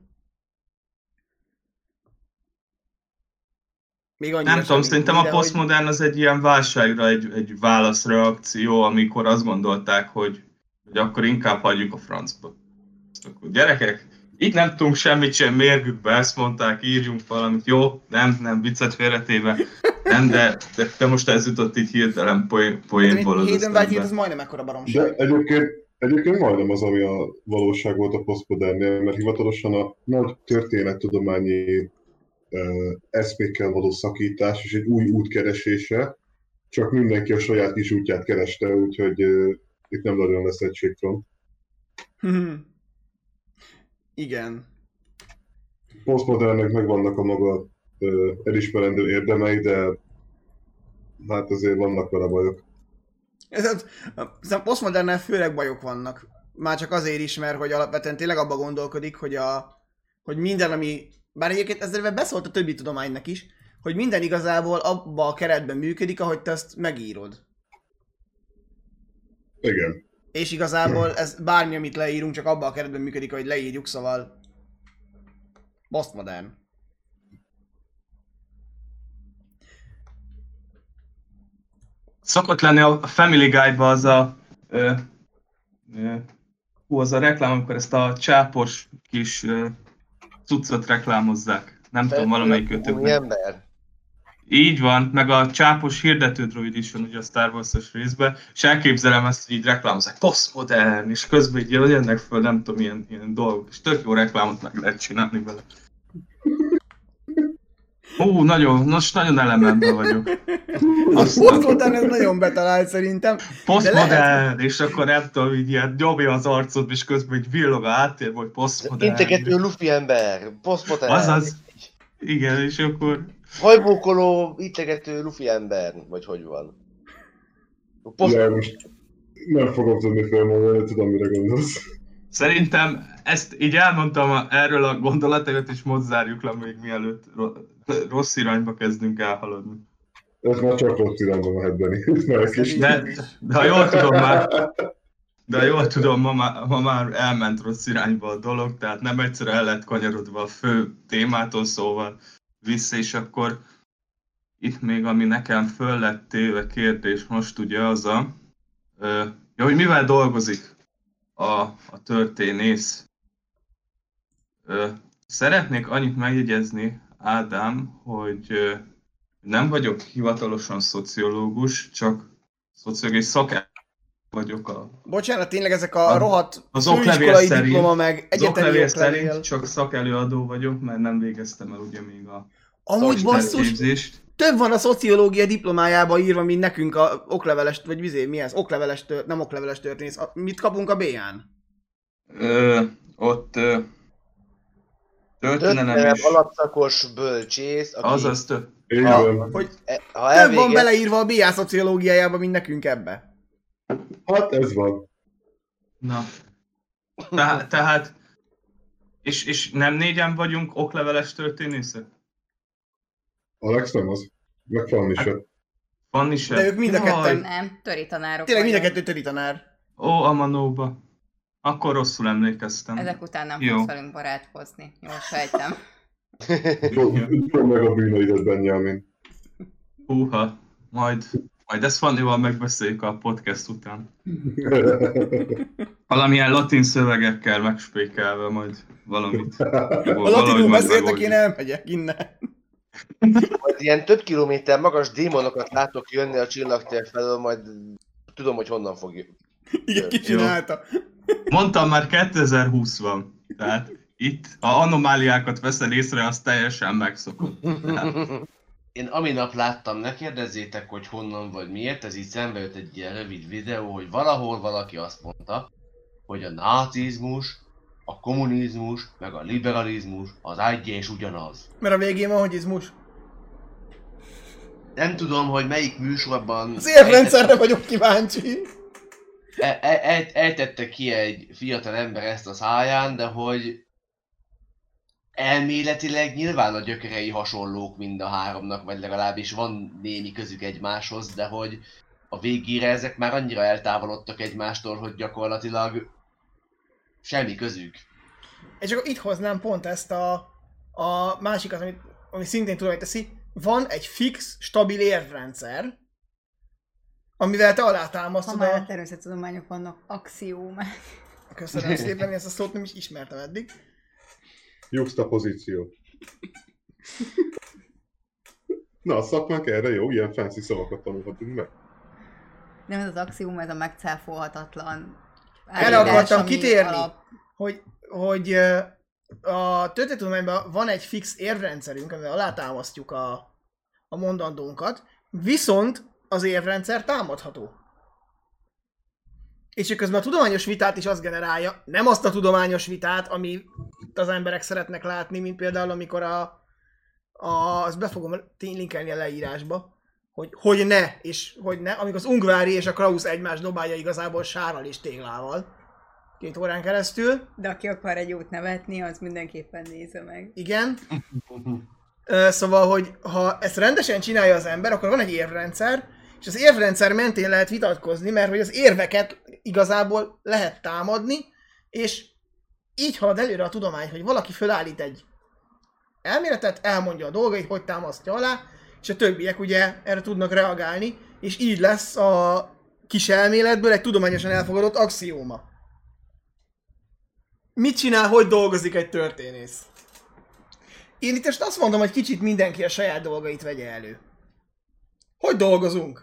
Nem tudom, szerintem a posztmodern az egy ilyen válságra, egy válaszreakció, amikor azt gondolták, hogy hogy akkor inkább hagyjuk a francba. Akkor gyerekek, itt nem tudunk semmit sem, mérgük be, ezt mondták, írjunk valamit. Jó, nem, viccet félretéve. Nem, de most ez jutott így hirtelen poénból az Hayden White eszembe. ez majdnem ekkora baromság. De egyébként majdnem az, ami a valóság volt a posztmodernnél, mert hivatalosan a nagy történettudományi eszmékkel való szakítás és egy új út keresése, csak mindenki a saját kis útját kereste, úgyhogy itt nem nagyon lesz egységfront. Igen. Posztmodernnek megvannak a maga elismerendő érdemei, de hát azért vannak vele bajok. A posztmodernnel főleg bajok vannak. Már csak azért is, mert hogy alapvetően tényleg abba gondolkodik, hogy minden, ami... Bár egyébként ezzel beszólt a többi tudománynak is, hogy minden igazából abba a keretben működik, ahogy te azt megírod. Igen. És igazából ez bármi, amit leírunk, csak abba a keretben működik, ahogy leírjuk, szóval... Posztmodern. Szokott lenni a Family Guide-ban az a reklám, amikor ezt a csápos kis cuccot reklámozzák. Nem tudom, valamelyik ember. Így van, meg a csápos hirdetődroid is van ugye a Star Wars-os részben, és elképzelem ezt, hogy így reklámozzák, posztmodern, és közben így jönnek föl, nem tudom, ilyen dolgok, és tök jó reklámot meg lehet csinálni vele. Nagyon elememben vagyok. Posztmodern ez nagyon betalált szerintem. Posztmodern, és akkor nem tudom, így ilyen nyomja az arcod, és közben egy villog a háttér, vagy posztmodern. Integető lufi ember, posztmodern. Azaz. Igen, és akkor... Hajbókoló, integető lufi ember, vagy hogy van? Ja, most nem fogom tudni felmondani, tudom, mire gondolsz. Szerintem ezt így elmondtam erről a gondolatokat, és most zárjuk le még mielőtt rossz irányba kezdünk elhaladni. Ez már csak rossz irányba mehet, Benni. De ha jól tudom, ma már elment rossz irányba a dolog, tehát nem egyszer el lett kanyarodva a fő témától, szóval vissza, és akkor itt még, ami nekem föl lett téve kérdés most ugye az hogy mivel dolgozik a történész. Szeretnék annyit megjegyezni, Ádám, hogy nem vagyok hivatalosan szociológus, csak szociológiai szakember vagyok Bocsánat, tényleg ezek a rohadt az oklevél szerint, diploma, meg egyetemi oklevél. Csak szakelőadó vagyok, mert nem végeztem el ugye még a amúgy basszus, több van a szociológia diplomájában írva, mint nekünk a okleveles, vagy mi ez? Nem okleveles történész. Mit kapunk a B-án? Ott történelem és... alapszakos bölcsész, aki... Azaz több. Több van beleírva a BA szociológiájába, mint nekünk ebbe. Hát ez van. Na. Tehát... És nem négyen vagyunk okleveles történészek? Alex nem az. Meg Fanni se. Fanni se? De ők mind a ketten. Nem, töri tanárok. Tényleg mind a kettő töri tanár. Ó, a Manóba. Akkor rosszul emlékeztem. Ezek után nem fogsz velünk barátkozni. Jól sejtem. Tudom meg a bűneidet, Benjamin. Húha, majd ezt Fannival megbeszéljük a podcast után. Valamilyen latin szövegekkel megspékelve majd valamit. A latinul beszéltek, én elmegyek innen. Majd ilyen több kilométer magas démonokat látok jönni a csillagtér felől, majd tudom, hogy honnan fogjuk. Igen, ki csinálta. Mondtam, már 2020 van. Tehát itt, ha anomáliákat veszel észre, az teljesen megszokott. Én aminap láttam, ne kérdezzétek, hogy honnan vagy miért, ez így szembe jött egy ilyen rövid videó, hogy valahol valaki azt mondta, hogy a nácizmus, a kommunizmus, meg a liberalizmus az egy és ugyanaz. Mert a végén van, hogy izmus. Nem tudom, hogy melyik műsorban... Az érrendszerre vagyok kíváncsi. Ejtette ki egy fiatal ember ezt a száján, de hogy elméletileg nyilván a gyökerei hasonlók mind a háromnak, vagy legalábbis van némi közük egymáshoz, de hogy a végére ezek már annyira eltávolodtak egymástól, hogy gyakorlatilag semmi közük. És akkor itt hoznám pont ezt a másikat, ami szintén tudom, hogy teszi. Van egy fix, stabil érvrendszer, amivel te Ha alátámasztod már a természettudományok vannak, axiómák. Köszönöm szépen, én ezt a szót nem is ismertem eddig. Juxtapozíció. Na, a szakmánk erre jó, ilyen fancy szavakat tanulhatunk meg. Nem, ez az axióm, ez a megcáfolhatatlan. Erre állítás, akartam ami kitérni, hogy a történetudományban van egy fix érvrendszerünk, amivel alátámasztjuk a mondandónkat, viszont az érvrendszer támadható. És közben a tudományos vitát is azt generálja, nem azt a tudományos vitát, ami az emberek szeretnek látni, mint például amikor azt be fogom linkelni a leírásba, hogy ne, és hogy ne, amikor az Ungvári és a Krausz egymást dobálja igazából sárral és téglával 2 órán keresztül. De aki akar egy jót nevetni, az mindenképpen nézze meg. Igen. Szóval, hogy ha ezt rendesen csinálja az ember, akkor van egy érvrendszer, és az érvrendszer mentén lehet vitatkozni, mert hogy az érveket igazából lehet támadni, és így halad előre a tudomány, hogy valaki fölállít egy elméletet, elmondja a dolgait, hogy támasztja alá, és a többiek ugye erre tudnak reagálni, és így lesz a kis elméletből egy tudományosan elfogadott axióma. Mit csinál, hogy dolgozik egy történész? Én itt most azt mondom, hogy kicsit mindenki a saját dolgait vegye elő. Hogy dolgozunk?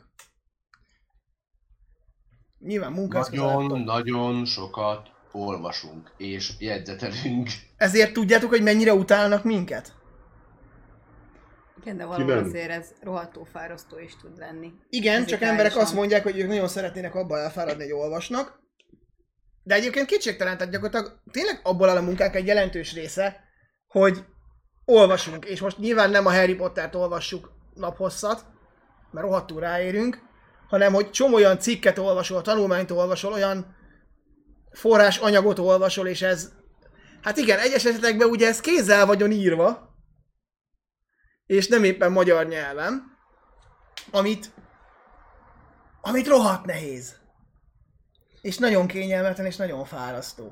Nyilván munkához Nagyon sokat olvasunk és jegyzetelünk. Ezért tudjátok, hogy mennyire utálnak minket? Igen, de valahol azért ez rohadtó fárasztó is tud lenni. Igen, csak emberek azt mondják, hogy ők nagyon szeretnének abban elfáradni, hogy olvasnak. De egyébként kétségtelen, tehát gyakorlatilag tényleg abból áll a munkánk egy jelentős része, hogy olvasunk. És most nyilván nem a Harry Pottert olvassuk naphosszat, mert rohadtul ráérünk, hanem hogy csomó olyan cikket olvasol, tanulmányt olvasol, olyan forrás anyagot olvasol, és ez... Hát igen, egyes esetekben ugye ez kézzel vagyon írva, és nem éppen magyar nyelven, amit rohadt nehéz. És nagyon kényelmetlen, és nagyon fárasztó.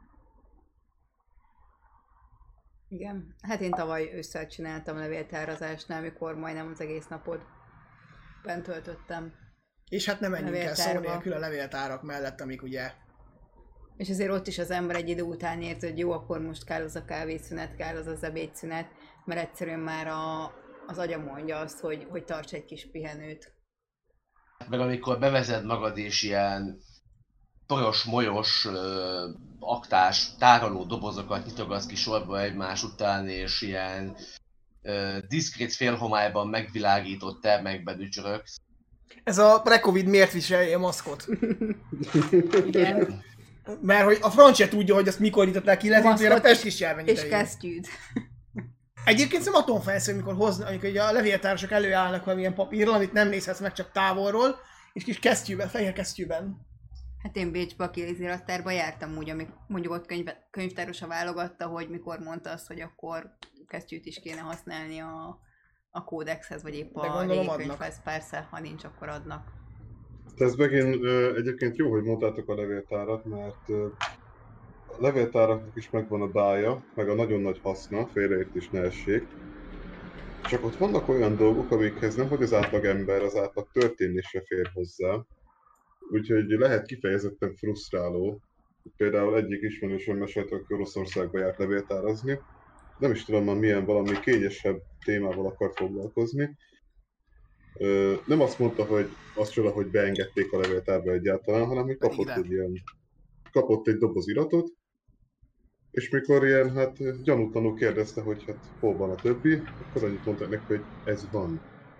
Igen. Hát én tavaly ősszel csináltam levéltározásnál, amikor majdnem az egész napot bent töltöttem. És hát nem menjünk el szó nélkül a levéltárak mellett, amik ugye... És azért ott is az ember egy idő után érzi, hogy jó, akkor most kell az a kávészünet, kell az az ebédszünet, mert egyszerűen már az agya mondja azt, hogy tarts egy kis pihenőt. Meg amikor bevezed magad és ilyen toros-molyos, aktás, tároló dobozokat nyitogatsz ki sorba egymás után, és ilyen diszkrét félhomályban megvilágított termekben ücsörögsz. Ez a pre-covid miért viselje a maszkot? Igen. Mert hogy a franc se tudja, hogy azt mikor nyitották ki, illetve a pestis járvány és kesztyűt. Egyébként szerintem attól felsz, amikor ugye a levéltárosok előállnak valamilyen papírral, amit nem nézhetsz meg csak távolról, és kis kesztyűben, fehér kesztyűben. Hát én Bécsbe a kézirattárba jártam úgy, amik mondjuk ott könyvtárosa válogatta, hogy mikor mondta azt, hogy akkor kesztyűt is kéne használni a kódexhez, vagy épp a régi könyvhez. Persze, ha nincs, akkor adnak. Ez megint egyébként jó, hogy mondtátok a levéltárat, mert a levéltáraknak is megvan a bája, meg a nagyon nagy haszna, félreértés ne essék. Csak ott vannak olyan dolgok, amikhez nem hogy az átlag ember, az átlag történés se fér hozzá. Úgyhogy lehet kifejezetten frusztráló. Például egyik ismerősöm mesélte, hogy Oroszországba járt levéltárazni. Nem is tudom már milyen valami kényesebb témával akart foglalkozni. Nem azt mondta, hogy az csoda, hogy beengedték a levéltárba egyáltalán, hanem hogy kapott egy doboz iratot, és mikor ilyen, hát gyanútlanul kérdezte, hogy hát hol van a többi, akkor annyit mondták neki, hogy ez van.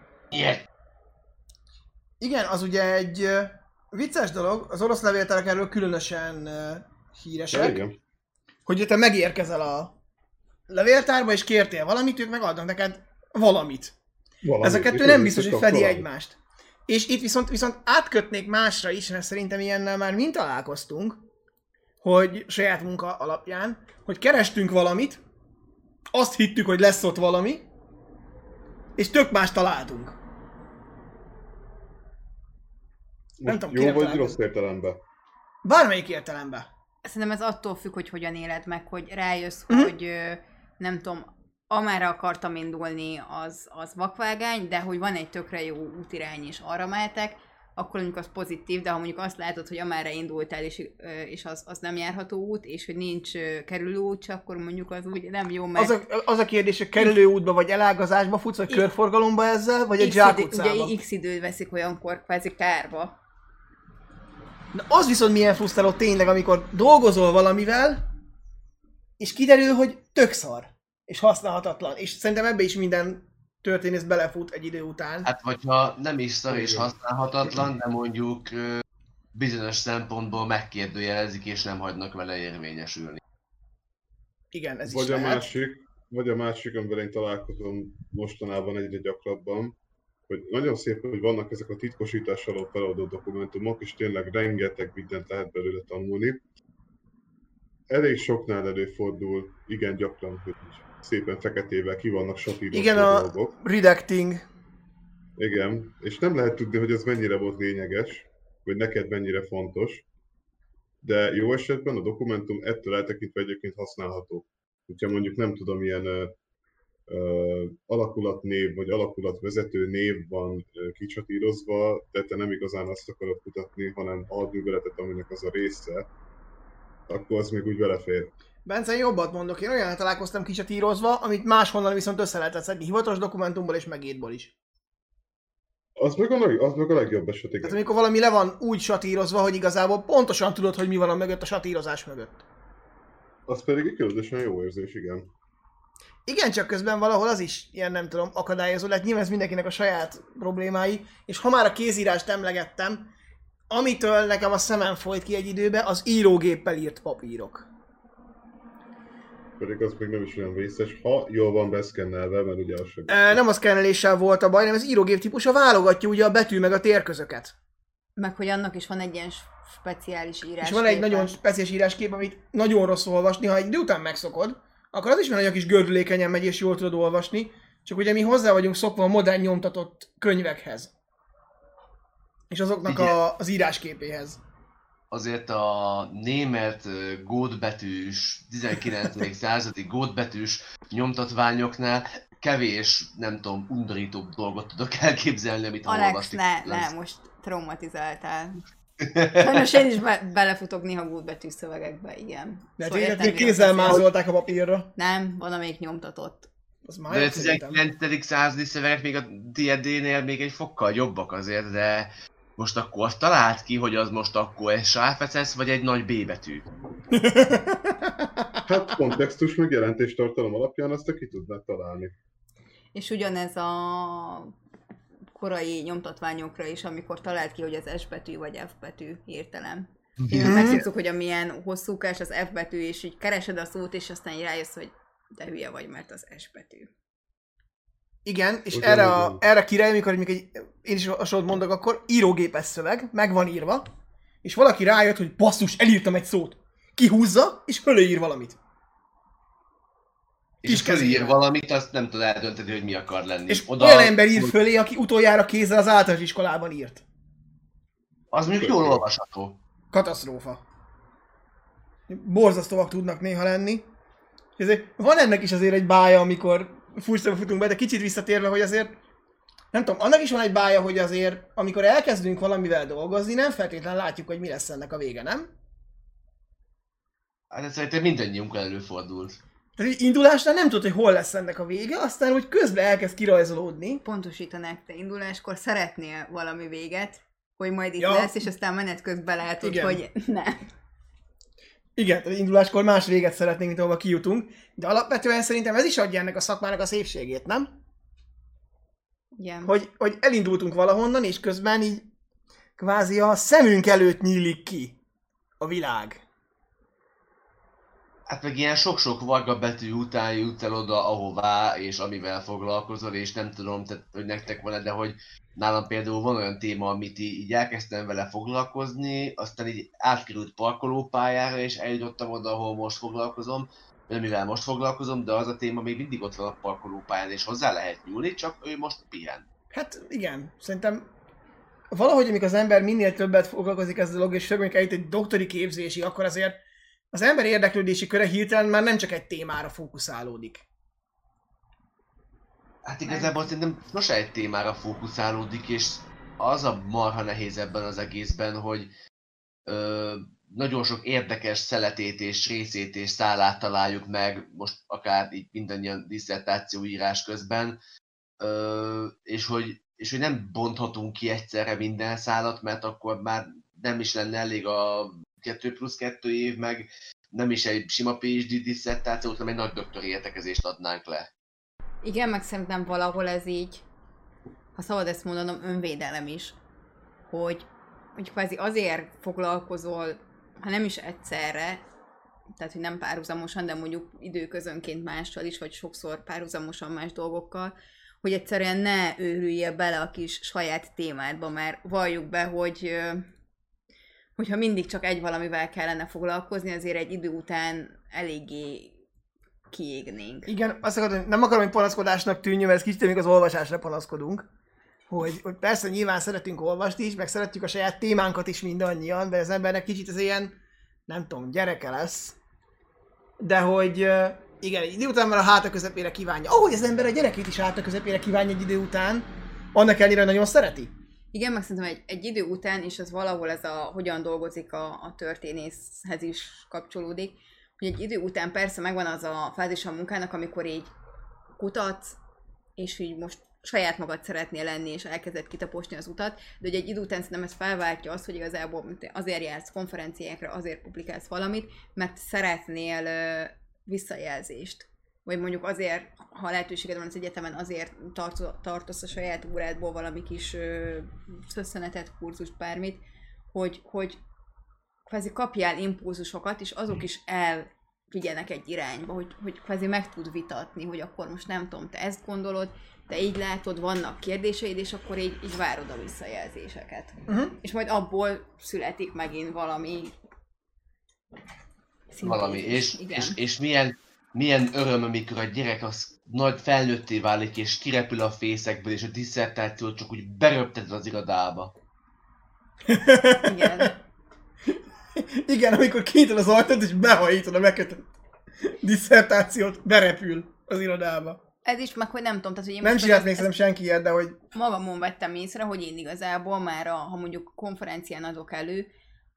Igen, az ugye egy vicces dolog, az orosz levéltárak erről különösen híresek, Igen. hogy te megérkezel a levéltárba és kértél valamit, ők megadnak neked valamit. Ez a kettő nem biztos, hogy fedi egymást. És itt viszont átkötnék másra is, mert szerintem ilyennel már mind találkoztunk, hogy saját munka alapján, hogy kerestünk valamit, azt hittük, hogy lesz ott valami, és tök más találtunk. Nem tudom, jó vagy rossz értelemben? Bármelyik értelemben. Szerintem ez attól függ, hogy hogyan éled meg, hogy rájössz, hogy nem tudom, amerre akartam indulni, az vakvágány, de hogy van egy tökre jó útirány és arra mehetek, akkor mondjuk az pozitív, de ha mondjuk azt látod, hogy amerre indultál, és az nem járható út, és hogy nincs kerülő út, akkor mondjuk az úgy nem jó, mert... Az a kérdés, hogy kerülő útba vagy elágazásba futsz, vagy körforgalomba ezzel, vagy egy zsákutcába? Ugye X időt veszik olyankor kvázi kárba. Na az viszont milyen frusztráló tényleg, amikor dolgozol valamivel, és kiderül, hogy tök szar, és használhatatlan. És szerintem ebbe is minden történész belefut egy idő után. Hát hogyha nem is szar és használhatatlan, de mondjuk bizonyos szempontból megkérdőjelezik és nem hagynak vele érvényesülni. Igen, ez vagy is lehet. Vagy a másik, amivel én találkozom mostanában egyre gyakrabban, hogy nagyon szép, hogy vannak ezek a titkosítás alól feladott dokumentumok, és tényleg rengeteg mindent lehet belőle tanulni. Elég soknál előfordul, igen gyakran, hogy szépen feketével ki vannak satírozva igen, dolgok. A redacting. Igen, és nem lehet tudni, hogy ez mennyire volt lényeges, hogy neked mennyire fontos, de jó esetben a dokumentum ettől eltekintve egyébként használható. Hogyha mondjuk nem tudom, ilyen alakulatnév vagy alakulatvezető név van kicsatírozva, de te nem igazán azt akarod kutatni, hanem alműveletet, aminek az a része, akkor az még úgy belefér. Bence, én jobbat mondok, én olyan találkoztam kicsatírozva, amit máshonnan viszont össze lehetett szedni hivatalos dokumentumból és megétból is. Az meg a legjobb eset, igen. Tehát amikor valami le van úgy satírozva, hogy igazából pontosan tudod, hogy mi van a mögött, a satírozás mögött. Az pedig egy különösen jó érzés, igen. Igen, csak közben valahol az is ilyen, nem tudom, akadályozó lett. Nyilván ez mindenkinek a saját problémái, és ha már a kézírást emlegettem, amitől nekem a szemem folyt ki egy időbe, az írógéppel írt papírok. Pedig az még nem is olyan vészes, ha jól van beszkennelve, mert ugye az sem... Nem a szkenneléssel volt a baj, hanem az írógép típusa válogatja ugye a betű meg a térközöket. Meg hogy annak is van egy ilyen speciális írás. És van egy nagyon speciális íráskép, amit nagyon rossz olvasni, ha egy idő után megszokod, akkor az is van, hogy a kis gördülékenyen megy és jól tudod olvasni, csak ugye mi hozzá vagyunk szokva a modern nyomtatott könyvekhez. És azoknak az írásképéhez. Azért a német gótbetűs, 19. századi gótbetűs nyomtatványoknál kevés, nem tudom, undorítóbb dolgot tudok elképzelni, amit Alex, ne, most traumatizáltál. Sajnos én is belefutok néha gótbetű szövegekbe, igen. De szóval tényleg kézzel mázolták a papírra. Nem, van amelyik nyomtatott. De a 19. századi szövegek még a D&D-nél még egy fokkal jobbak azért, de most akkor azt talált ki, hogy az most akkor egy sárfecesz vagy egy nagy B betű. Hát kontextus meg jelentéstartalom alapján azt te ki tudnád találni. És ugyanez a korai nyomtatványokra is, amikor talált ki, hogy az S betű vagy F betű hirtelen. Megszoktuk, hogy amilyen hosszúkás az F betű, és így keresed a szót, és aztán rájössz, hogy de hülye vagy, mert az S betű. Igen, és erre király, amikor én is hasonlót mondok, akkor írógépes szöveg, meg van írva, és valaki rájött, hogy basszus, elírtam egy szót. Kihúzza, és fölír valamit. És fölír valamit, azt nem tud eldönteni, hogy mi akar lenni. És olyan ember ír fölé, aki utoljára kézzel az általános iskolában írt. Az mondjuk jól olvasható. Katasztrófa. Borzasztóak tudnak néha lenni. Ezért van ennek is azért egy bája, amikor furcsába futunk be, de kicsit visszatérve, hogy azért, nem tudom, annak is van egy bája, hogy azért, amikor elkezdünk valamivel dolgozni, nem feltétlenül látjuk, hogy mi lesz ennek a vége, nem? Hát szerintem mindannyiunkkal előfordult. Tehát indulásnál nem tudod, hogy hol lesz ennek a vége, aztán, hogy közben elkezd kirajzolódni. Pontosítanak, te induláskor szeretnél valami véget, hogy majd itt lesz, és aztán menet közben látod, igen, hogy nem. Igen, tehát induláskor más véget szeretnénk, mint ahova kijutunk, de alapvetően szerintem ez is adja ennek a szakmának a szépségét, nem? Igen. Hogy elindultunk valahonnan, és közben így kvázi a szemünk előtt nyílik ki a világ. Hát meg ilyen sok-sok varga betű után jutsz el oda, ahová, és amivel foglalkozol, és nem tudom, hogy nektek van-e, de hogy nálam például van olyan téma, amit így elkezdtem vele foglalkozni, aztán így átkerült parkolópályára, és eljutottam oda, ahol most foglalkozom, vagy amivel most foglalkozom, de az a téma még mindig ott van a parkolópályán, és hozzá lehet nyúlni, csak ő most pihen. Hát igen, szerintem valahogy amikor az ember minél többet foglalkozik ezzel a dolog, és főleg eljut egy doktori képzési, akkor azért az ember érdeklődési köre hirtelen már nem csak egy témára fókuszálódik. Hát igazából szerintem sose egy témára fókuszálódik, és az a marha nehéz ebben az egészben, hogy nagyon sok érdekes szeletét és részét és szálát találjuk meg, most akár így mindannyian disszertációírás közben, és hogy nem bonthatunk ki egyszerre minden szálat, mert akkor már nem is lenne elég a 2+2 év, meg nem is egy sima PhD disszertációt, hanem egy nagy doktori értekezést adnánk le. Igen, meg szerintem valahol ez így, ha szabad ezt mondanom, önvédelem is, hogy kvázi azért foglalkozol, ha nem is egyszerre, tehát hogy nem párhuzamosan, de mondjuk időközönként mással is, vagy sokszor párhuzamosan más dolgokkal, hogy egyszerűen ne őrüljél bele a kis saját témádba, mert valljuk be, hogyha mindig csak egy valamivel kellene foglalkozni, azért egy idő után eléggé kiégnénk. Igen, azt akarom, nem akarom, hogy panaszkodásnak tűnjön, mert ez kicsit még az olvasásra panaszkodunk. Hogy persze nyilván szeretünk olvasni is, meg szeretjük a saját témánkat is mindannyian, de az embernek kicsit ez ilyen, nem tudom, gyereke lesz. De hogy igen, egy idő után már a háta közepére kívánja. Ahogy az ember a gyerekét is háta közepére kívánja egy idő után, annak ellenére nagyon szereti. Igen, meg szerintem egy idő után, és ez valahol ez hogyan dolgozik a történészhez is kapcsolódik, hogy egy idő után persze megvan az a fázis a munkának, amikor így kutatsz, és így most saját magad szeretnél lenni, és elkezded kitaposni az utat, de hogy egy idő után szerintem ez felváltja azt, hogy igazából azért jársz konferenciákra, azért publikálsz valamit, mert szeretnél visszajelzést. Vagy mondjuk azért, ha lehetőséged van az egyetemen, azért tartasz a saját órádból valami kis szösszenetet, kurzust, bármit, hogy kvázi kapjál impulzusokat, és azok is elvigyelnek egy irányba, hogy kvázi meg tud vitatni, hogy akkor most nem tudom, te ezt gondolod, te így látod, vannak kérdéseid, és akkor így várod a visszajelzéseket. És majd abból születik megint valami. És milyen öröm, amikor a gyerek az nagy felnőtté válik, és kirepül a fészekből, és a disszertációt csak úgy beröpteted az irodába. Igen. Igen, amikor kinyitod az ajtót, és behajítod a megkötött disszertációt, berepül az irodába. Ez is, meg hogy nem tudom, tehát hogy én nem csinált még szerintem senki ilyet, de hogy... Magamon vettem észre, hogy én igazából már, ha mondjuk konferencián adok elő,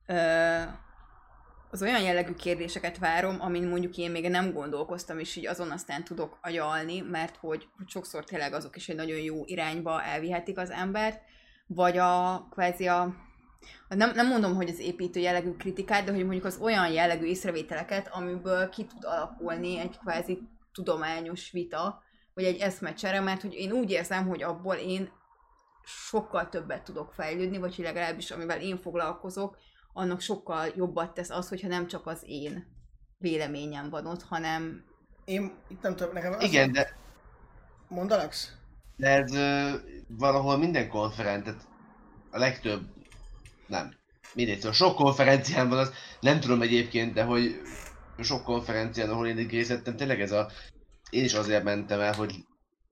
az olyan jellegű kérdéseket várom, amin mondjuk én még nem gondolkoztam, és így azon aztán tudok agyalni, mert hogy sokszor tényleg azok is egy nagyon jó irányba elvihetik az embert, vagy kvázi nem mondom, hogy az építő jellegű kritikát, de hogy mondjuk az olyan jellegű észrevételeket, amiből ki tud alakulni egy kvázi tudományos vita, vagy egy eszmecsere, mert hogy én úgy érzem, hogy abból én sokkal többet tudok fejlődni, vagy hogy legalábbis amivel én foglalkozok, annak sokkal jobbat tesz az, hogyha nem csak az én véleményem van ott, hanem... Én itt nem tudom, nekem... Igen, de... Mondd, Alex? De ez valahol minden konferenciát, a legtöbb, nem, mindegy, szóval sok konferencián van az, nem tudom egyébként, de hogy sok konferencián, ahol én így részt vettem, tényleg ez én is azért mentem el, hogy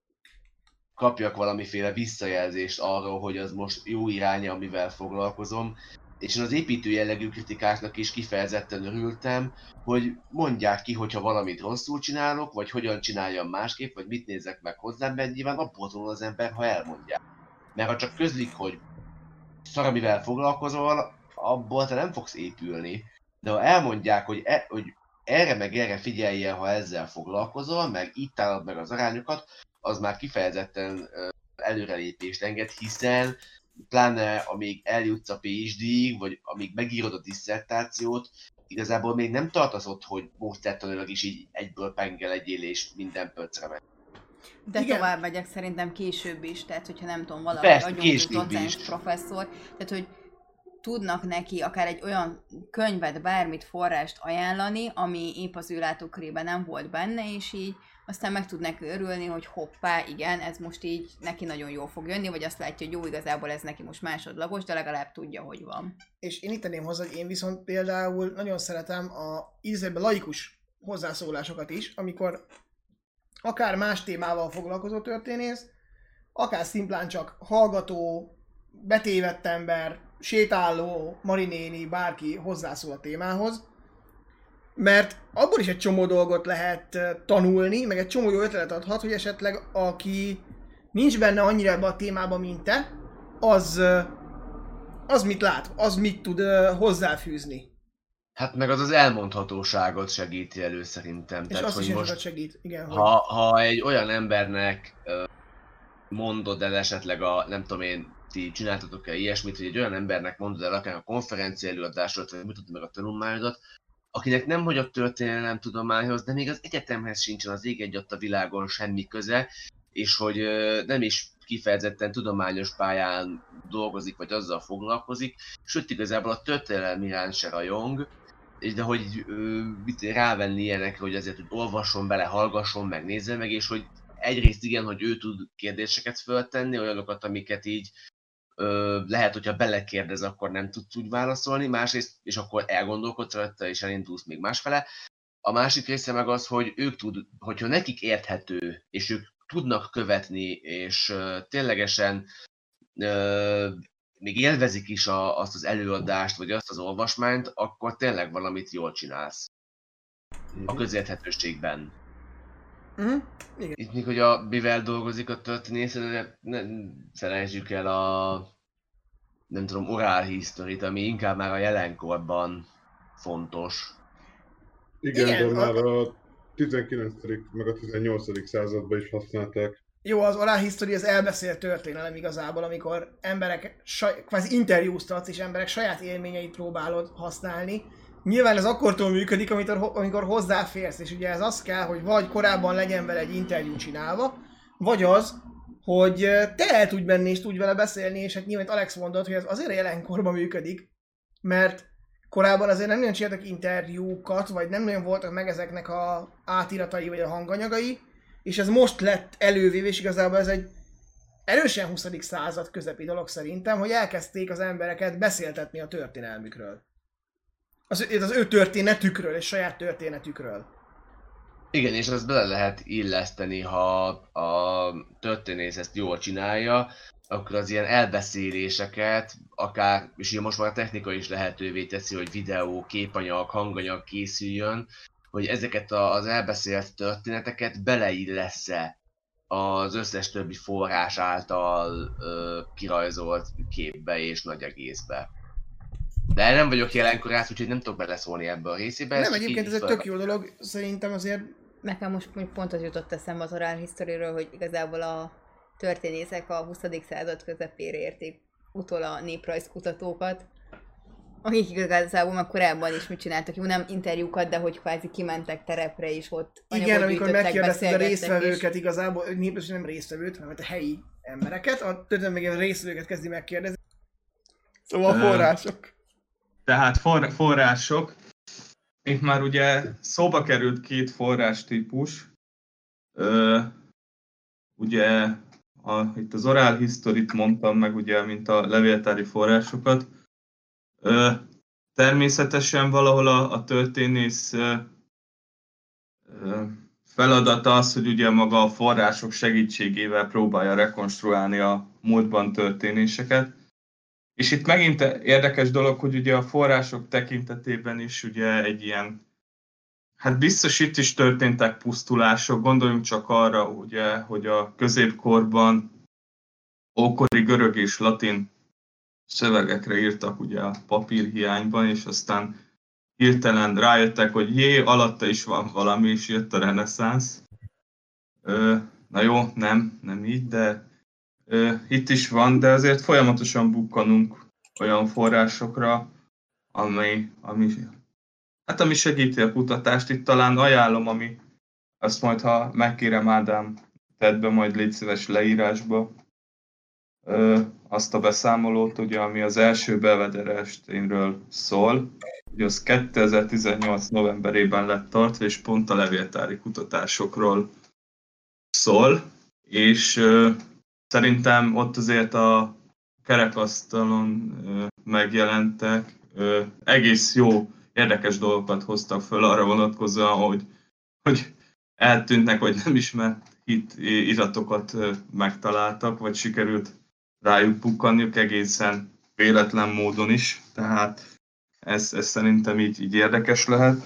kapjak valamiféle visszajelzést arról, hogy az most jó iránya, amivel foglalkozom. És én az építő jellegű kritikáknak is kifejezetten örültem, hogy mondják ki, hogyha valamit rosszul csinálok, vagy hogyan csináljam másképp, vagy mit nézek meg hozzám, mert nyilván abból tanul az ember, ha elmondják. Mert ha csak közlik, hogy szar, amivel foglalkozol, abból te nem fogsz épülni. De ha elmondják, hogy erre meg erre figyeljél, ha ezzel foglalkozol, meg itt állod meg az arányokat, az már kifejezetten előrelépést enged, hiszen pláne amíg eljutsz a PhD-ig, vagy amíg megírod a disszertációt, igazából még nem tartasz ott, hogy módszertanilag is így egyből pengel egyél és minden pöcre megy. De igen, tovább megyek szerintem később is, tehát hogyha nem tudom, valaki adjunkt docens professzor, tehát hogy tudnak neki akár egy olyan könyvet, bármit, forrást ajánlani, ami épp az ő látókörében nem volt benne, és így aztán meg tud neki örülni, hogy hoppá, igen, ez most így neki nagyon jól fog jönni, vagy azt látja, hogy jó, igazából ez neki most másodlagos, de legalább tudja, hogy van. És én itt tenném hozzá, hogy én viszont például nagyon szeretem a idézőjelben laikus hozzászólásokat is, amikor akár más témával foglalkozó történész, akár szimplán csak hallgató, betévedt ember, sétáló, marinéni, bárki hozzászól a témához, mert abból is egy csomó dolgot lehet tanulni, meg egy csomó jó ötletet adhat, hogy esetleg aki nincs benne annyira ebbe a témában, mint te, az mit lát, az mit tud hozzáfűzni. Hát meg az elmondhatóságot segíti elő szerintem. És Tehát, azt hogy is most, sokat segít, igen. ha egy olyan embernek mondod el esetleg nem tudom én, ti csináltatok-e ilyesmit, hogy egy olyan embernek mondod el akár a konferencia előadásot, vagy mutatod meg a tanulmányodat, akinek nem hogy a történelem tudományhoz, de még az egyetemhez sincsen az ég egy a világon semmi köze, és hogy nem is kifejezetten tudományos pályán dolgozik, vagy azzal foglalkozik, sőt igazából a történelem iránt se rajong, de hogy rávenni ilyenekre, hogy azért, hogy olvasson bele, hallgasson meg, nézze meg, és hogy egyrészt igen, hogy ő tud kérdéseket föltenni, olyanokat, amiket így lehet, hogyha belekérdez, akkor nem tudsz úgy válaszolni, másrészt, és akkor elgondolkodsz rajta, és elindulsz még másfele. A másik része meg az, hogy ők hogyha nekik érthető, és ők tudnak követni, és ténylegesen még élvezik is azt az előadást, vagy azt az olvasmányt, akkor tényleg valamit jól csinálsz. A közérthetőségben. Igen. Itt még, hogy mivel dolgozik a történész, ne felejtsük el nem tudom, oral history-t, ami inkább már a jelenkorban fontos. Igen, de már a 19. meg a 18. században is használták. Jó, az oral history az elbeszélt történelem igazából, amikor emberek kvázi interjúztatsz, és emberek saját élményeit próbálod használni. Nyilván ez akkortól működik, amikor hozzáférsz, és ugye ez az kell, hogy vagy korábban legyen vele egy interjú csinálva, vagy az, hogy te el tudj menni és tudj vele beszélni, és hát nyilván Alex mondott, hogy ez azért a jelenkorban működik, mert korábban azért nem nagyon csináltak interjúkat, vagy nem nagyon voltak meg ezeknek a átiratai vagy a hanganyagai, és ez most lett elővéve, és igazából ez egy erősen 20. század közepi dolog szerintem, hogy elkezdték az embereket beszéltetni a történelmükről. Az ő történetükről és saját történetükről. Igen, és ezt bele lehet illeszteni, ha a történész ezt jól csinálja, akkor az ilyen elbeszéléseket, akár, és ugye most már a technika is lehetővé teszi, hogy videó, képanyag, hanganyag készüljön, hogy ezeket az elbeszélt történeteket beleillesz-e az összes többi forrás által kirajzolt képbe és nagy egészbe. De nem vagyok jelenkorász, úgyhogy nem tudok beleszólni ebbe a részébe. Nem, egyébként ez egy tök jó dolog, szerintem azért... Nekem most pont az jutott eszembe az oral historyről, hogy igazából a történészek a 20. század közepére érték utol a néprajzkutatókat, akik igazából már korábban is mit csináltak, jó, nem interjúkat, de hogy kvázi kimentek terepre is ott. Igen, amikor megkérdezted a résztvevőket igazából, nem résztvevőt, hanem a helyi embereket, a történelmi résztvevőket kezdi megkérdezni. Szóval források. Tehát források. Itt már ugye szóba került két forrástípus. Ugye itt az oral historyt mondtam meg, ugye, mint a levéltári forrásokat. Természetesen valahol a történész feladata az, hogy ugye maga a források segítségével próbálja rekonstruálni a múltban történéseket. És itt megint érdekes dolog, hogy ugye a források tekintetében is ugye egy ilyen, hát biztos itt is történtek pusztulások, gondoljunk csak arra, ugye, hogy a középkorban ókori görög és latin szövegekre írtak ugye a papírhiányban, és aztán hirtelen rájöttek, hogy alatta is van valami, és jött a reneszánsz. Na jó, nem így, de itt is van, de azért folyamatosan bukkanunk olyan forrásokra, ami segíti a kutatást. Itt talán ajánlom, azt majd, ha megkérem Ádám, tedd be majd légy szíves leírásba, azt a beszámolót, ugye, ami az első Belvedere esténről szól. Ugye az 2018 novemberében lett tartva, és pont a levéltári kutatásokról szól, és szerintem ott azért a kerekasztalon megjelentek, egész jó, érdekes dolgokat hoztak föl arra vonatkozóan, hogy eltűntnek, vagy nem ismert iratokat megtaláltak, vagy sikerült rájuk bukkanniuk egészen véletlen módon is, tehát ez szerintem így érdekes lehet.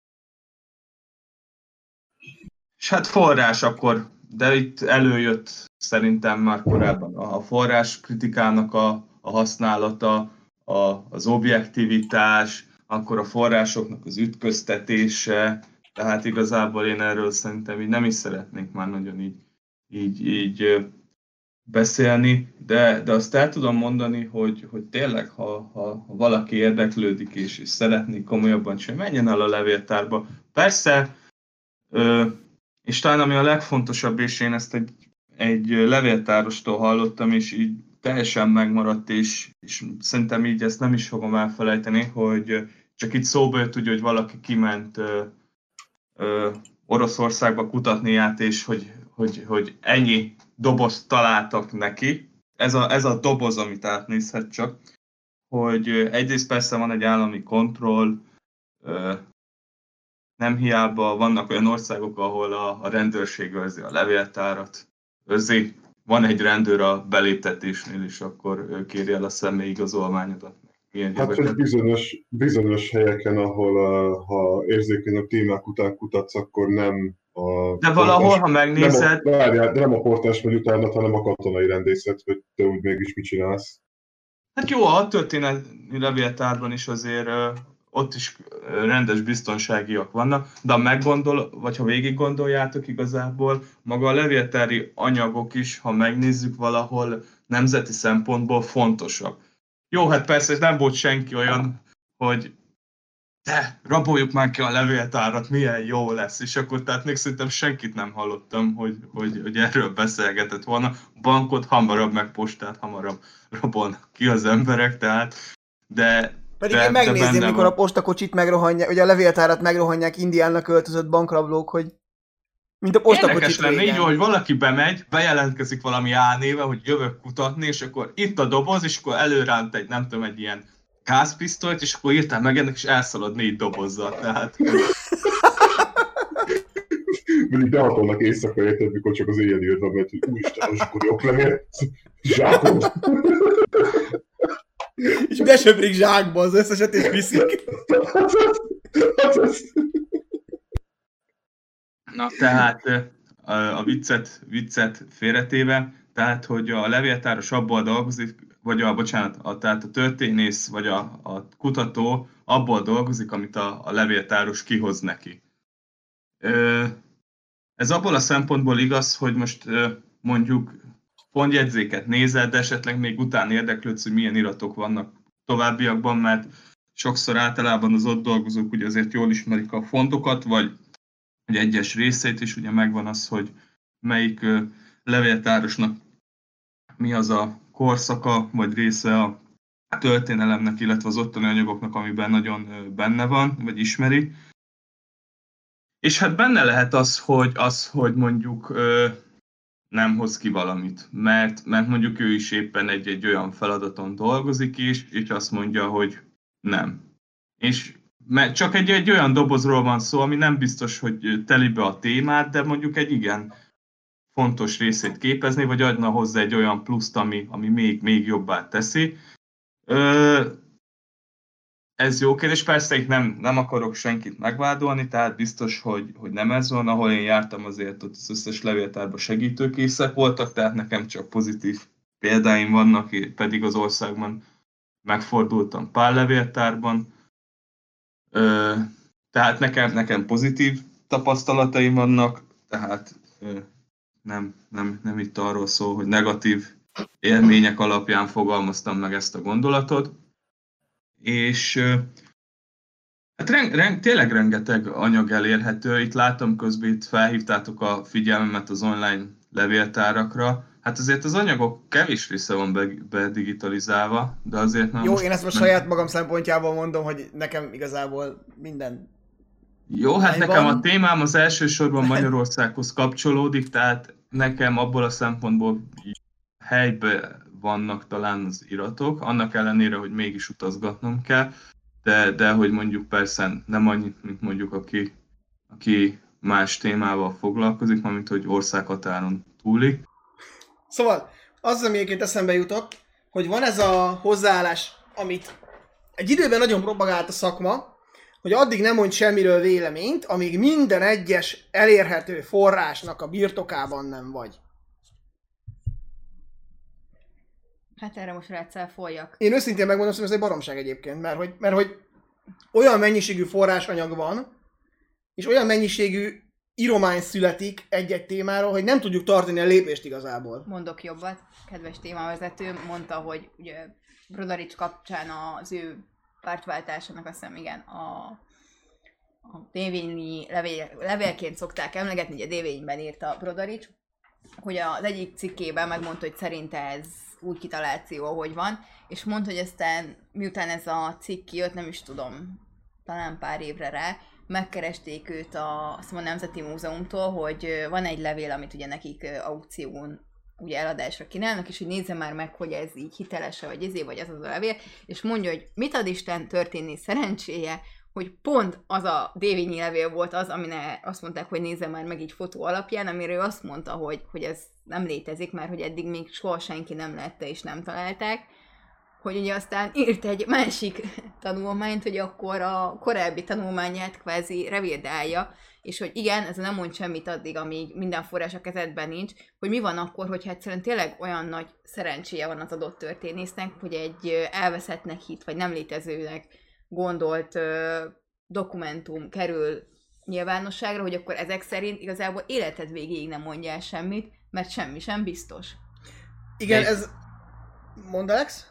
És hát forrás akkor, de itt előjött szerintem már korábban a forrás kritikának a használata, az objektivitás, akkor a forrásoknak az ütköztetése, tehát igazából én erről szerintem így nem is szeretnék már nagyon így beszélni, de azt el tudom mondani, hogy tényleg, ha valaki érdeklődik és szeretné komolyabban csinálni, menjen el a levéltárba. Persze, és talán ami a legfontosabb, és én ezt egy levéltárostól hallottam, és így teljesen megmaradt, és szerintem így ezt nem is fogom elfelejteni, hogy csak itt szóba jött úgy, hogy valaki kiment Oroszországba kutatni át, és hogy ennyi dobozt találtak neki. Ez a doboz, amit átnézhet csak, hogy egyrészt persze van egy állami kontroll, nem hiába vannak olyan országok, ahol a rendőrség őrzi a levéltárat, őrzi, van egy rendőr a beléptetésnél, és akkor kéri el a személyigazolványodat. Hát, hogy bizonyos helyeken, ahol ha érzékeny témák után kutatsz, akkor nem a... De valahol, ha megnézed... De nem a portás megy utána, hanem a katonai rendészet, hogy te úgy mégis mit csinálsz. Hát jó, a történeti levéltárban is azért ott is rendes biztonságiak vannak, de ha végig gondoljátok igazából, maga a levéltári anyagok is, ha megnézzük valahol nemzeti szempontból fontosak. Jó, hát persze nem volt senki olyan, hogy de raboljuk már ki a levéltárat, milyen jó lesz, és akkor tehát még szerintem senkit nem hallottam, hogy erről beszélgetett volna. Bankot hamarabb, meg postát hamarabb rabolnak ki az emberek, tehát Pedig én megnézném, mikor a postakocsit megrohanják, ugye a levéltárat megrohanják Indiának költözött bankrablók, hogy mint a postakocsit érdekes lenne így, hogy valaki bemegy, bejelentkezik valami álnéve, hogy jövök kutatni, és akkor itt a doboz, és akkor előránt egy ilyen gázpisztolyt, és akkor írtál meg ennek, és elszalad 4 dobozzal, tehát... Mindig behatolnak éjszaka, érted, mikor csak az éjjel írva, mert hogy úristen, a zsugorjok levél, zsákod. És besöprik zsákba az összeset, és viszik. Na, tehát a viccet félretéve, tehát, hogy a levéltáros abból dolgozik, vagy tehát a történész, vagy a kutató abból dolgozik, amit a levéltáros kihoz neki. Ez abból a szempontból igaz, hogy most mondjuk pontjegyzéket nézed, de esetleg még utána érdeklődsz, hogy milyen iratok vannak továbbiakban, mert sokszor általában az ott dolgozók ugye azért jól ismerik a fontokat, vagy egyes részét is, ugye megvan az, hogy melyik levéltárosnak mi az a korszaka, vagy része a történelemnek, illetve az ottani anyagoknak, amiben nagyon benne van, vagy ismeri. És hát benne lehet az, hogy mondjuk nem hoz ki valamit, mert mondjuk ő is éppen egy olyan feladaton dolgozik is, és azt mondja, hogy nem. És mert csak egy olyan dobozról van szó, ami nem biztos, hogy teli be a témát, de mondjuk egy igen fontos részét képezni, vagy adna hozzá egy olyan pluszt, ami még jobbá teszi. Ez jó kérdés, persze itt nem akarok senkit megvádolni, tehát biztos, hogy nem ez van, ahol én jártam azért ott az összes levéltárban segítőkészek voltak, tehát nekem csak pozitív példáim vannak, pedig az országban megfordultam pár levéltárban. Tehát nekem pozitív tapasztalataim vannak, tehát nem itt arról szól, hogy negatív élmények alapján fogalmaztam meg ezt a gondolatot. És hát tényleg rengeteg anyag elérhető. Itt látom közben, itt felhívtátok a figyelmemet az online levéltárakra. Hát azért az anyagok kevés része van bedigitalizálva, de azért nem. Jó, én ezt most saját magam szempontjából mondom, hogy nekem igazából minden. Jó, hát nekem a témám az elsősorban Magyarországhoz kapcsolódik, tehát nekem abból a szempontból helyben vannak talán az iratok, annak ellenére, hogy mégis utazgatnom kell, de hogy mondjuk persze nem annyit, mint mondjuk aki más témával foglalkozik, mint hogy országhatáron túlik. Szóval az, ami egyébként eszembe jutott, hogy van ez a hozzáállás, amit egy időben nagyon propagált a szakma, hogy addig nem mondj semmiről véleményt, amíg minden egyes elérhető forrásnak a birtokában nem vagy. Hát erre most ráccal folyjak. Én őszintén megmondom, hogy ez egy baromság egyébként, mert hogy olyan mennyiségű forrásanyag van, és olyan mennyiségű íromány születik egy-egy témáról, hogy nem tudjuk tartani a lépést igazából. Mondok jobbat. Kedves témavezető mondta, hogy ugye Broderics kapcsán az ő pártváltásának, azt hiszem igen, a Dévényi levélként szokták emlegetni, ugye Dévényben írta Broderics, hogy az egyik cikkében megmondta, hogy szerinte ez úgy kitaláció, hogy van, és mondta, hogy aztán miután ez a cikk kijött, nem is tudom, talán pár évre rá, megkeresték őt a Nemzeti Múzeumtól, hogy van egy levél, amit ugye nekik aukción ugye eladásra kínálnak, és hogy nézze már meg, hogy ez így hiteles-e, vagy az a levél, és mondja, hogy mit ad Isten történni szerencséje, hogy pont az a Dévényi levél volt az, amire azt mondták, hogy nézze már meg így fotó alapján, amire ő azt mondta, hogy ez nem létezik, mert hogy eddig még soha senki nem látta és nem találták, hogy ugye aztán írt egy másik tanulmányt, hogy akkor a korábbi tanulmányát kvázi revérdálja, és hogy igen, ez nem mond semmit addig, amíg minden forrás a kezedben nincs, hogy mi van akkor, hogyha egyszerűen tényleg olyan nagy szerencséje van az adott történésznek, hogy egy elveszettnek hit, vagy nem létezőnek gondolt dokumentum kerül nyilvánosságra, hogy akkor ezek szerint igazából életed végéig nem mondjál semmit, mert semmi sem biztos. Igen, ez... Mondd, Alex?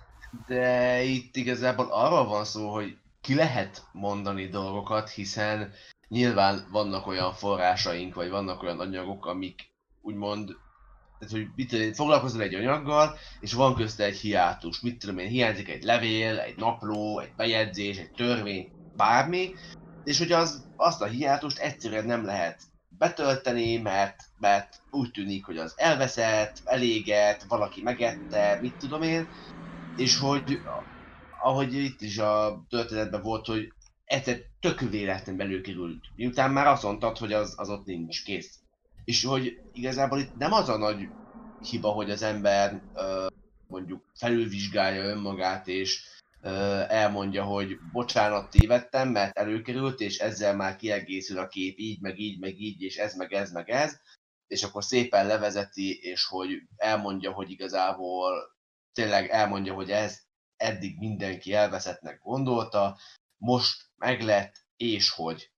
De itt igazából arról van szó, hogy ki lehet mondani dolgokat, hiszen nyilván vannak olyan forrásaink, vagy vannak olyan anyagok, amik úgymond, tehát hogy mit tudom én, foglalkozol egy anyaggal, és van közte egy hiátus, mit tudom én, hiányzik egy levél, egy napló, egy bejegyzés, egy törvény, bármi, és hogy azt a hiátust egyszerűen nem lehet betölteni, mert úgy tűnik, hogy az elveszett, eléget, valaki megette, mit tudom én, és hogy ahogy itt is a történetben volt, hogy egyszer tök véletlenül előkerült, miután már azt mondtad, hogy az ott nincs, kész. És hogy igazából itt nem az a nagy hiba, hogy az ember mondjuk felülvizsgálja önmagát, és elmondja, hogy bocsánat, tévedtem, mert előkerült, és ezzel már kiegészül a kép így, meg így, meg így, és ez, meg ez, meg ez, és akkor szépen levezeti, és hogy elmondja, hogy igazából tényleg elmondja, hogy ez eddig mindenki elveszettnek gondolta, most meglett, és hogy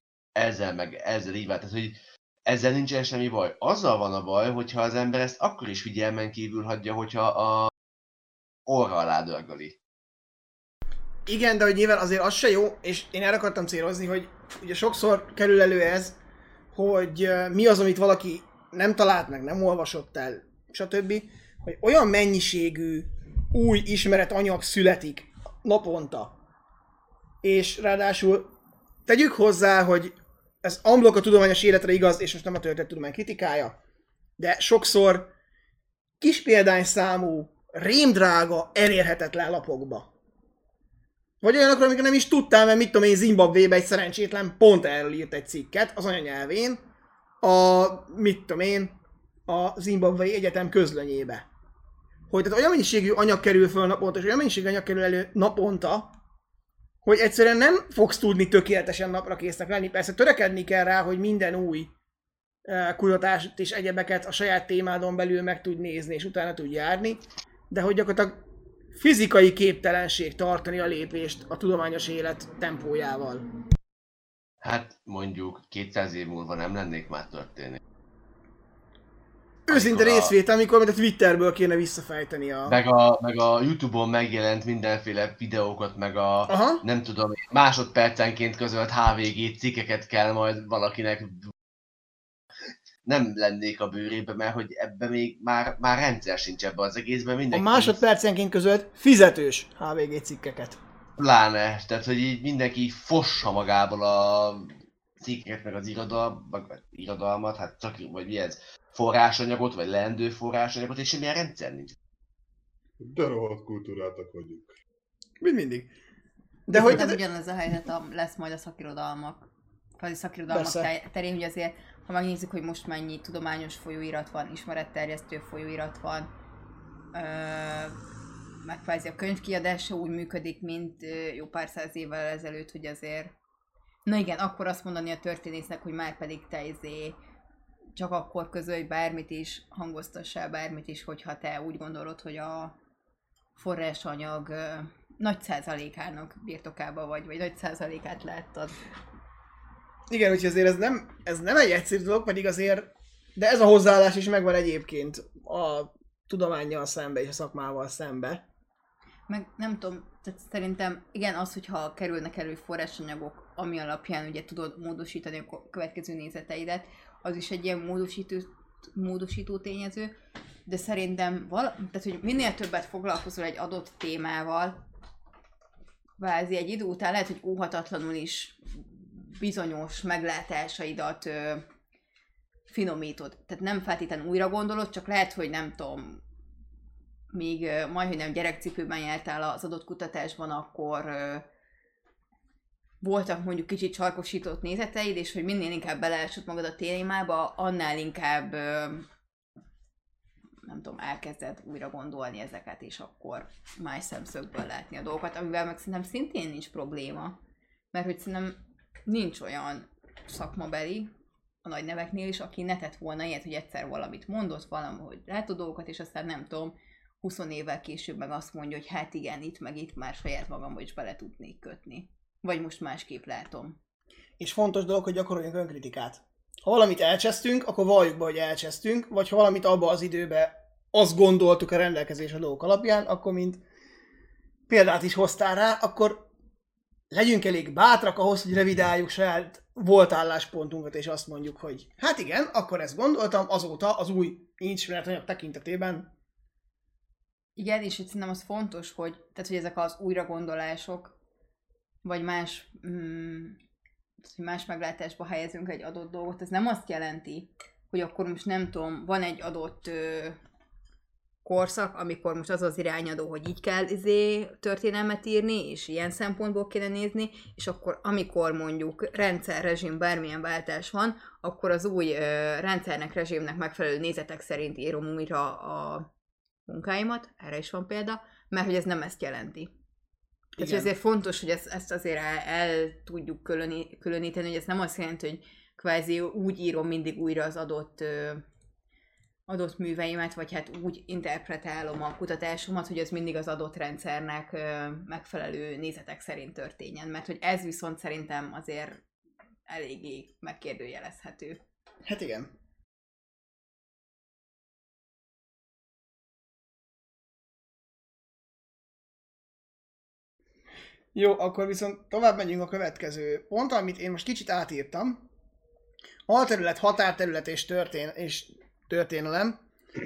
ezzel így vált. Tehát, hogy ezzel nincsen semmi baj. Azzal van a baj, hogyha az ember ezt akkor is figyelmen kívül hagyja, hogyha a orra alá dörgöli. Igen, de hogy nyilván azért az se jó, és én erre akartam célozni, hogy ugye sokszor kerül elő ez, hogy mi az, amit valaki nem talált meg, nem olvasott el, stb., hogy olyan mennyiségű új ismeretanyag születik naponta. És ráadásul tegyük hozzá, hogy ez amblok a tudományos életre igaz, és most nem a történettudomány kritikája, de sokszor kis példányszámú, rémdrága, elérhetetlen lapokba. Vagy olyanokra, amikor nem is tudtál, mert mit tudom én, Zimbabvébe egy szerencsétlen pont erről írt egy cikket az anyanyelvén, a Zimbabvei Egyetem közlönyébe. Hogy tehát olyan mennyiségű anyag kerül föl naponta, és olyan mennyiségű anyag kerül elő naponta, hogy egyszerűen nem fogsz tudni tökéletesen napra késznek lenni. Persze törekedni kell rá, hogy minden új kutatást és egyebeket a saját témádon belül meg tud nézni, és utána tud járni, de hogy gyakorlatilag fizikai képtelenség tartani a lépést a tudományos élet tempójával. Hát mondjuk 200 év múlva nem lennék már történni. Őszinte részvétel, amikor mint a Twitterből kéne visszafejteni a... Meg a YouTube-on megjelent mindenféle videókat, meg a Aha. nem tudom, másodpercenként közölt HVG cikkeket kell majd valakinek. Nem lennék a bőrébe, mert hogy ebben még már rendszer sincs ebben az egészben. Mindenki A másodpercenként közölt fizetős HVG cikkeket. Pláne, tehát hogy így mindenki fossa magából a cikkeket, meg az irodalmat, hát csak, vagy mi ez, forrásanyagot, vagy leendő forrásanyagot, és semmilyen rendszer nincs. De rohadt kultúráltak vagyunk. Mind mindig. De hogy... De ugyanez a helyzet lesz majd a szakirodalmak, vagy a szakirodalmak terén, hogy azért, ha megnézzük, hogy most mennyi tudományos folyóirat van, ismeretterjesztő folyóirat van, meg kvázi a könyvkiadása úgy működik, mint jó pár száz évvel ezelőtt, hogy azért... Na igen, akkor azt mondani a történésznek, hogy már pedig te csak akkor közölj bármit is, hangoztassál bármit is, hogyha te úgy gondolod, hogy a forrásanyag nagy százalékának birtokába vagy nagy százalékát láttad. Igen, úgyhogy azért ez nem egy egyszerű dolog, pedig azért, de ez a hozzáállás is megvan egyébként a tudománnyal szembe és a szakmával szembe. Meg nem tudom, tehát szerintem igen, az, hogyha kerülnek elő forrásanyagok, ami alapján ugye tudod módosítani a következő nézeteidet, az is egy ilyen módosító tényező, de szerintem tehát, hogy minél többet foglalkozol egy adott témával, kvázi egy idő után lehet, hogy óhatatlanul is bizonyos meglátásaidat finomítod. Tehát nem feltétlenül újra gondolod, csak lehet, hogy nem tudom, még majdhogy nem gyerekcipőben jártál az adott kutatásban, akkor voltak mondjuk kicsit sarkosított nézeteid, és hogy minél inkább beleásod magad a témába, annál inkább nem tudom, elkezded újra gondolni ezeket, és akkor más szemszögből látni a dolgokat, amivel meg szerintem szintén nincs probléma. Mert hogy szerintem nincs olyan szakmabeli a nagy neveknél is, aki ne tett volna ilyet, hogy egyszer valamit mondott, valahogy látod dolgokat, és aztán nem tudom, 20 évvel később meg azt mondja, hogy hát igen, itt meg itt már saját magamba is bele tudnék kötni. Vagy most másképp látom. És fontos dolog, hogy gyakoroljunk önkritikát. Ha valamit elcsesztünk, akkor valljuk be, hogy elcsesztünk, vagy ha valamit abba az időben azt gondoltuk a rendelkezésre dolgok alapján, akkor mint példát is hoztál rá, akkor legyünk elég bátrak ahhoz, hogy revidáljuk saját volt álláspontunkat, és azt mondjuk, hogy hát igen, akkor ezt gondoltam, azóta az új ismeretanyag tekintetében. Igen, és itt szerintem az fontos, hogy ezek az újragondolások, vagy más meglátásba helyezünk egy adott dolgot, ez nem azt jelenti, hogy akkor most nem tudom, van egy adott korszak, amikor most az az irányadó, hogy így kell történelmet írni, és ilyen szempontból kéne nézni, és akkor amikor mondjuk rendszer, rezsim, bármilyen váltás van, akkor az új rendszernek, rezsimnek megfelelő nézetek szerint írom újra a munkáimat, erre is van példa, mert hogy ez nem ezt jelenti. Tehát ezért fontos, hogy ezt azért el tudjuk különíteni, hogy ez nem azt jelenti, hogy kvázi úgy írom mindig újra az adott műveimet, vagy hát úgy interpretálom a kutatásomat, hogy ez mindig az adott rendszernek megfelelő nézetek szerint történjen. Mert hogy ez viszont szerintem azért eléggé megkérdőjelezhető. Hát igen. Jó, akkor viszont tovább megyünk a következő pont, amit én most kicsit átírtam. Alterület, határterület és történelem.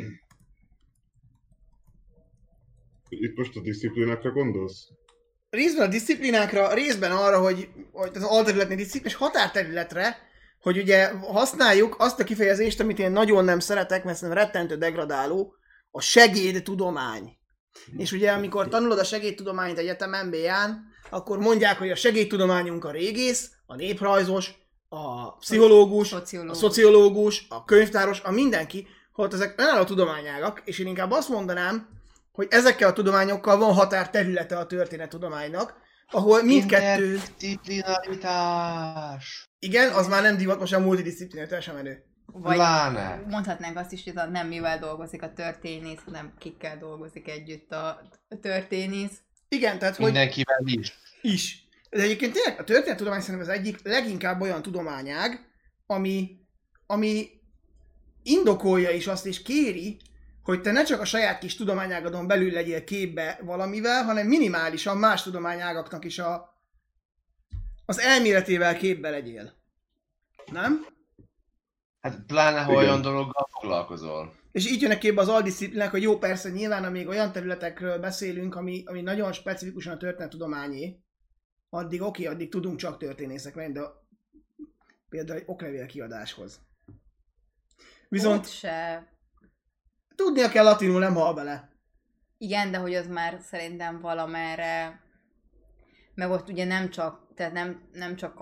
Itt most a diszciplinákra gondolsz? Részben a diszciplinákra, részben arra, hogy az alterületnél disziplin, és határterületre, hogy ugye használjuk azt a kifejezést, amit én nagyon nem szeretek, mert szerintem rettentő degradáló, a segédtudomány. És ugye amikor tanulod a segédtudományt egyetem MBA-n, akkor mondják, hogy a segédtudományunk a régész, a néprajzos, a pszichológus, a szociológus, a könyvtáros, a mindenki, holott ezek önálló tudományágak, és én inkább azt mondanám, hogy ezekkel a tudományokkal van határterülete a történettudománynak, ahol mindkettő... Interdisziplinaritás! Igen, az már nem divat, most a multidisziplinaritás sem menő. Vagy Pláne. mondhatnánk azt is, hogy nem mivel dolgozik a történész, hanem kikkel dolgozik együtt a történész. Igen, tehát hogy... Mindenkivel is. De egyébként tényleg a történettudomány szerintem az egyik leginkább olyan tudományág, ami indokolja is azt és kéri, hogy te ne csak a saját kis tudományágadon belül legyél képbe valamivel, hanem minimálisan más tudományágaknak is az elméletével képbe legyél. Nem? Hát pláne, ha olyan dologgal foglalkozol. És így jönnek képbe az aldisziplinek, hogy jó, persze nyilván, amíg olyan területekről beszélünk, ami nagyon specifikusan a történettudományé, addig tudunk csak történészek lenni, de például egy oklevél kiadáshoz. Viszont se. Tudnia kell latinul, nem hal bele. Igen, de hogy az már szerintem valamerre, meg ott ugye nem csak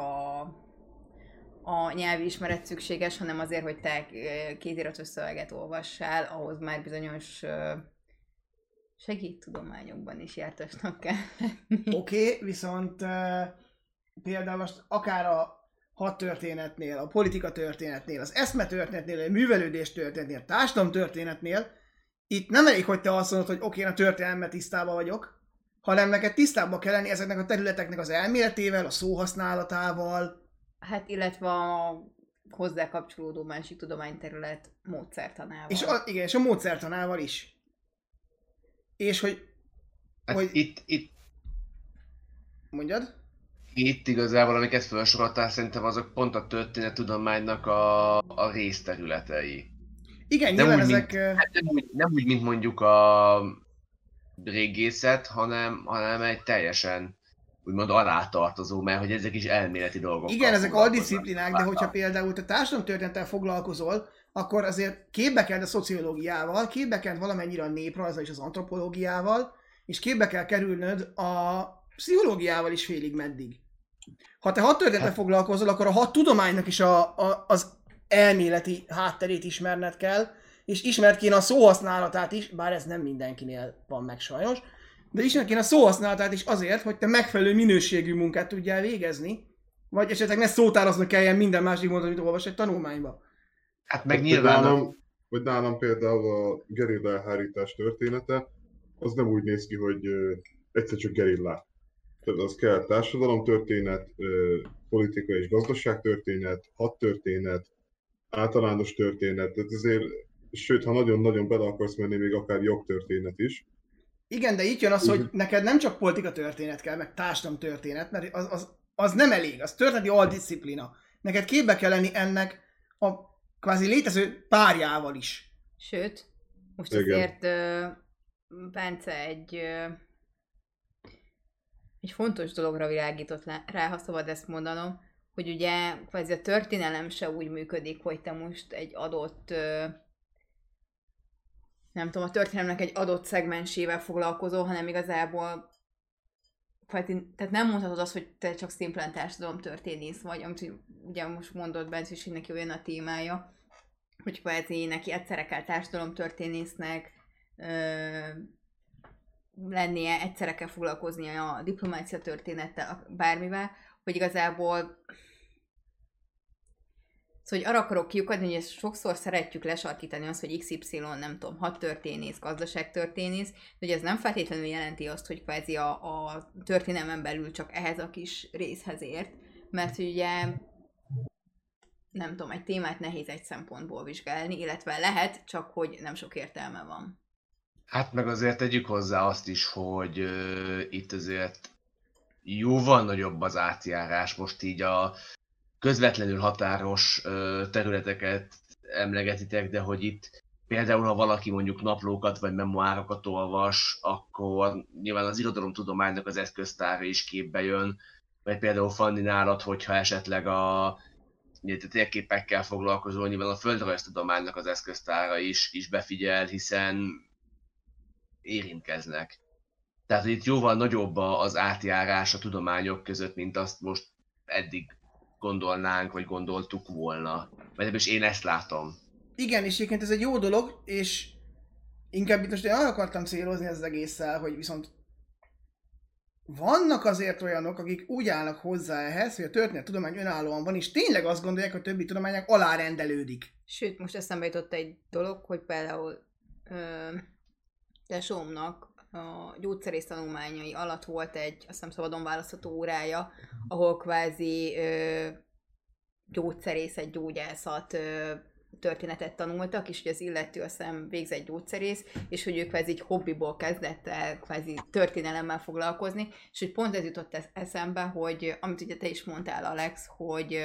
a nyelvi ismeret szükséges, hanem azért, hogy te kéziratos szöveget olvassál, ahhoz már bizonyos segédtudományokban is jártasnak kell lenni. Oké, viszont például most akár a hadtörténetnél, a politika történetnél, az eszmetörténetnél, a művelődés történetnél, a társadalom történetnél itt nem elég, hogy te azt mondod, hogy oké, a történelemmel tisztában vagyok, hanem neked tisztában kell lenni ezeknek a területeknek az elméletével, a szóhasználatával. Hát illetve a hozzá kapcsolódó másik tudományterület módszertanával. És igen, és a módszertanával is. És hogy... Hát hogy... Itt Mondjad? Itt igazából, amiket felsoroltál, szerintem azok pont a történettudománynak a részterületei. Igen, Nem nyilván úgy, ezek... nem úgy, mint mondjuk a régészet, hanem egy teljesen úgymond alátartozó, mert hogy ezek is elméleti dolgok. Igen, ezek aldisciplinák, de hogyha például te társadalomtörténettel foglalkozol, akkor azért képbe kell a szociológiával, képbe kell valamennyire a néprajzzal és az antropológiával, és képbe kell kerülnöd a pszichológiával is félig meddig. Ha te hadtörténettel foglalkozol, akkor a hadtudománynak is az elméleti hátterét ismerned kell, és ismerd kéne a szóhasználatát is, bár ez nem mindenkinél van meg sajnos, de ismerd kéne a szóhasználatát is azért, hogy te megfelelő minőségű munkát tudjál végezni, vagy esetleg ne szótárazni kelljen minden másik mondatot, amit olvas egy tanulmányba. Hát meg nyilván... Vagy nálam például a gerilla elhárítás története, az nem úgy néz ki, hogy egyszer csak gerillák. Tehát az kell társadalomtörténet, politika és gazdaságtörténet, hadtörténet, általános történet, tehát ezért, sőt, ha nagyon-nagyon bele akarsz menni, még akár jogtörténet is. Igen, de itt jön az, hogy neked nem csak politika történet kell, meg társadalomtörténet, mert az nem elég, az történeti aldisziplina. Neked képbe kell lenni ennek a kvázi létező párjával is. Sőt, most Igen. azért Bence egy fontos dologra világított rá, ha szabad ezt mondanom, hogy ugye kvázi a történelem se úgy működik, hogy te most egy adott, nem tudom, a történelemnek egy adott szegmensével foglalkozol, hanem igazából tehát nem mondhatod azt, hogy te csak szimplán társadalomtörténész vagy, amit ugye most mondott Bence is, hogy neki olyan a témája, hogy kvázi neki egyszerre kell társadalomtörténésznek lennie, egyszerre kell foglalkoznia a diplomácia történettel, bármivel, hogy igazából szóval, hogy arra akarok kiukadni, hogy ezt sokszor szeretjük lesarkítani azt, hogy XY, nem tudom, hadtörténész, gazdaságtörténész, de hogy ez nem feltétlenül jelenti azt, hogy kvázi a történelmen belül csak ehhez a kis részhez ért, mert ugye nem tudom, egy témát nehéz egy szempontból vizsgálni, illetve lehet, csak hogy nem sok értelme van. Hát meg azért tegyük hozzá azt is, hogy itt azért jóval nagyobb az átjárás, most így a közvetlenül határos területeket emlegetitek, de hogy itt például, ha valaki mondjuk naplókat vagy memoárokat olvas, akkor nyilván az irodalomtudománynak az eszköztára is képbe jön, vagy például Fanni nálad, hogyha esetleg a térképekkel foglalkozó, nyilván a földrajztudománynak az eszköztára is befigyel, hiszen érintkeznek. Tehát itt jóval nagyobb az átjárás a tudományok között, mint azt most eddig gondolnánk, vagy gondoltuk volna. Vagy is én ezt látom. Igen, és egyébként ez egy jó dolog, és inkább itt most én arra akartam célozni az egésszel, hogy viszont vannak azért olyanok, akik úgy állnak hozzá ehhez, hogy a történettudomány önállóan van, és tényleg azt gondolják, hogy a többi tudományok alárendelődik. Sőt, most eszembe jutott egy dolog, hogy például tesómnak a gyógyszerész tanulmányai alatt volt egy, azt hiszem szabadon választható órája, ahol kvázi gyógyszerész, egy gyógyászat történetet tanultak, és hogy az illető azt hiszem végzett gyógyszerész, és hogy ő kvázi egy hobbiból kezdett el kvázi történelemmel foglalkozni, és hogy pont ez jutott eszembe, hogy amit ugye te is mondtál, Alex, hogy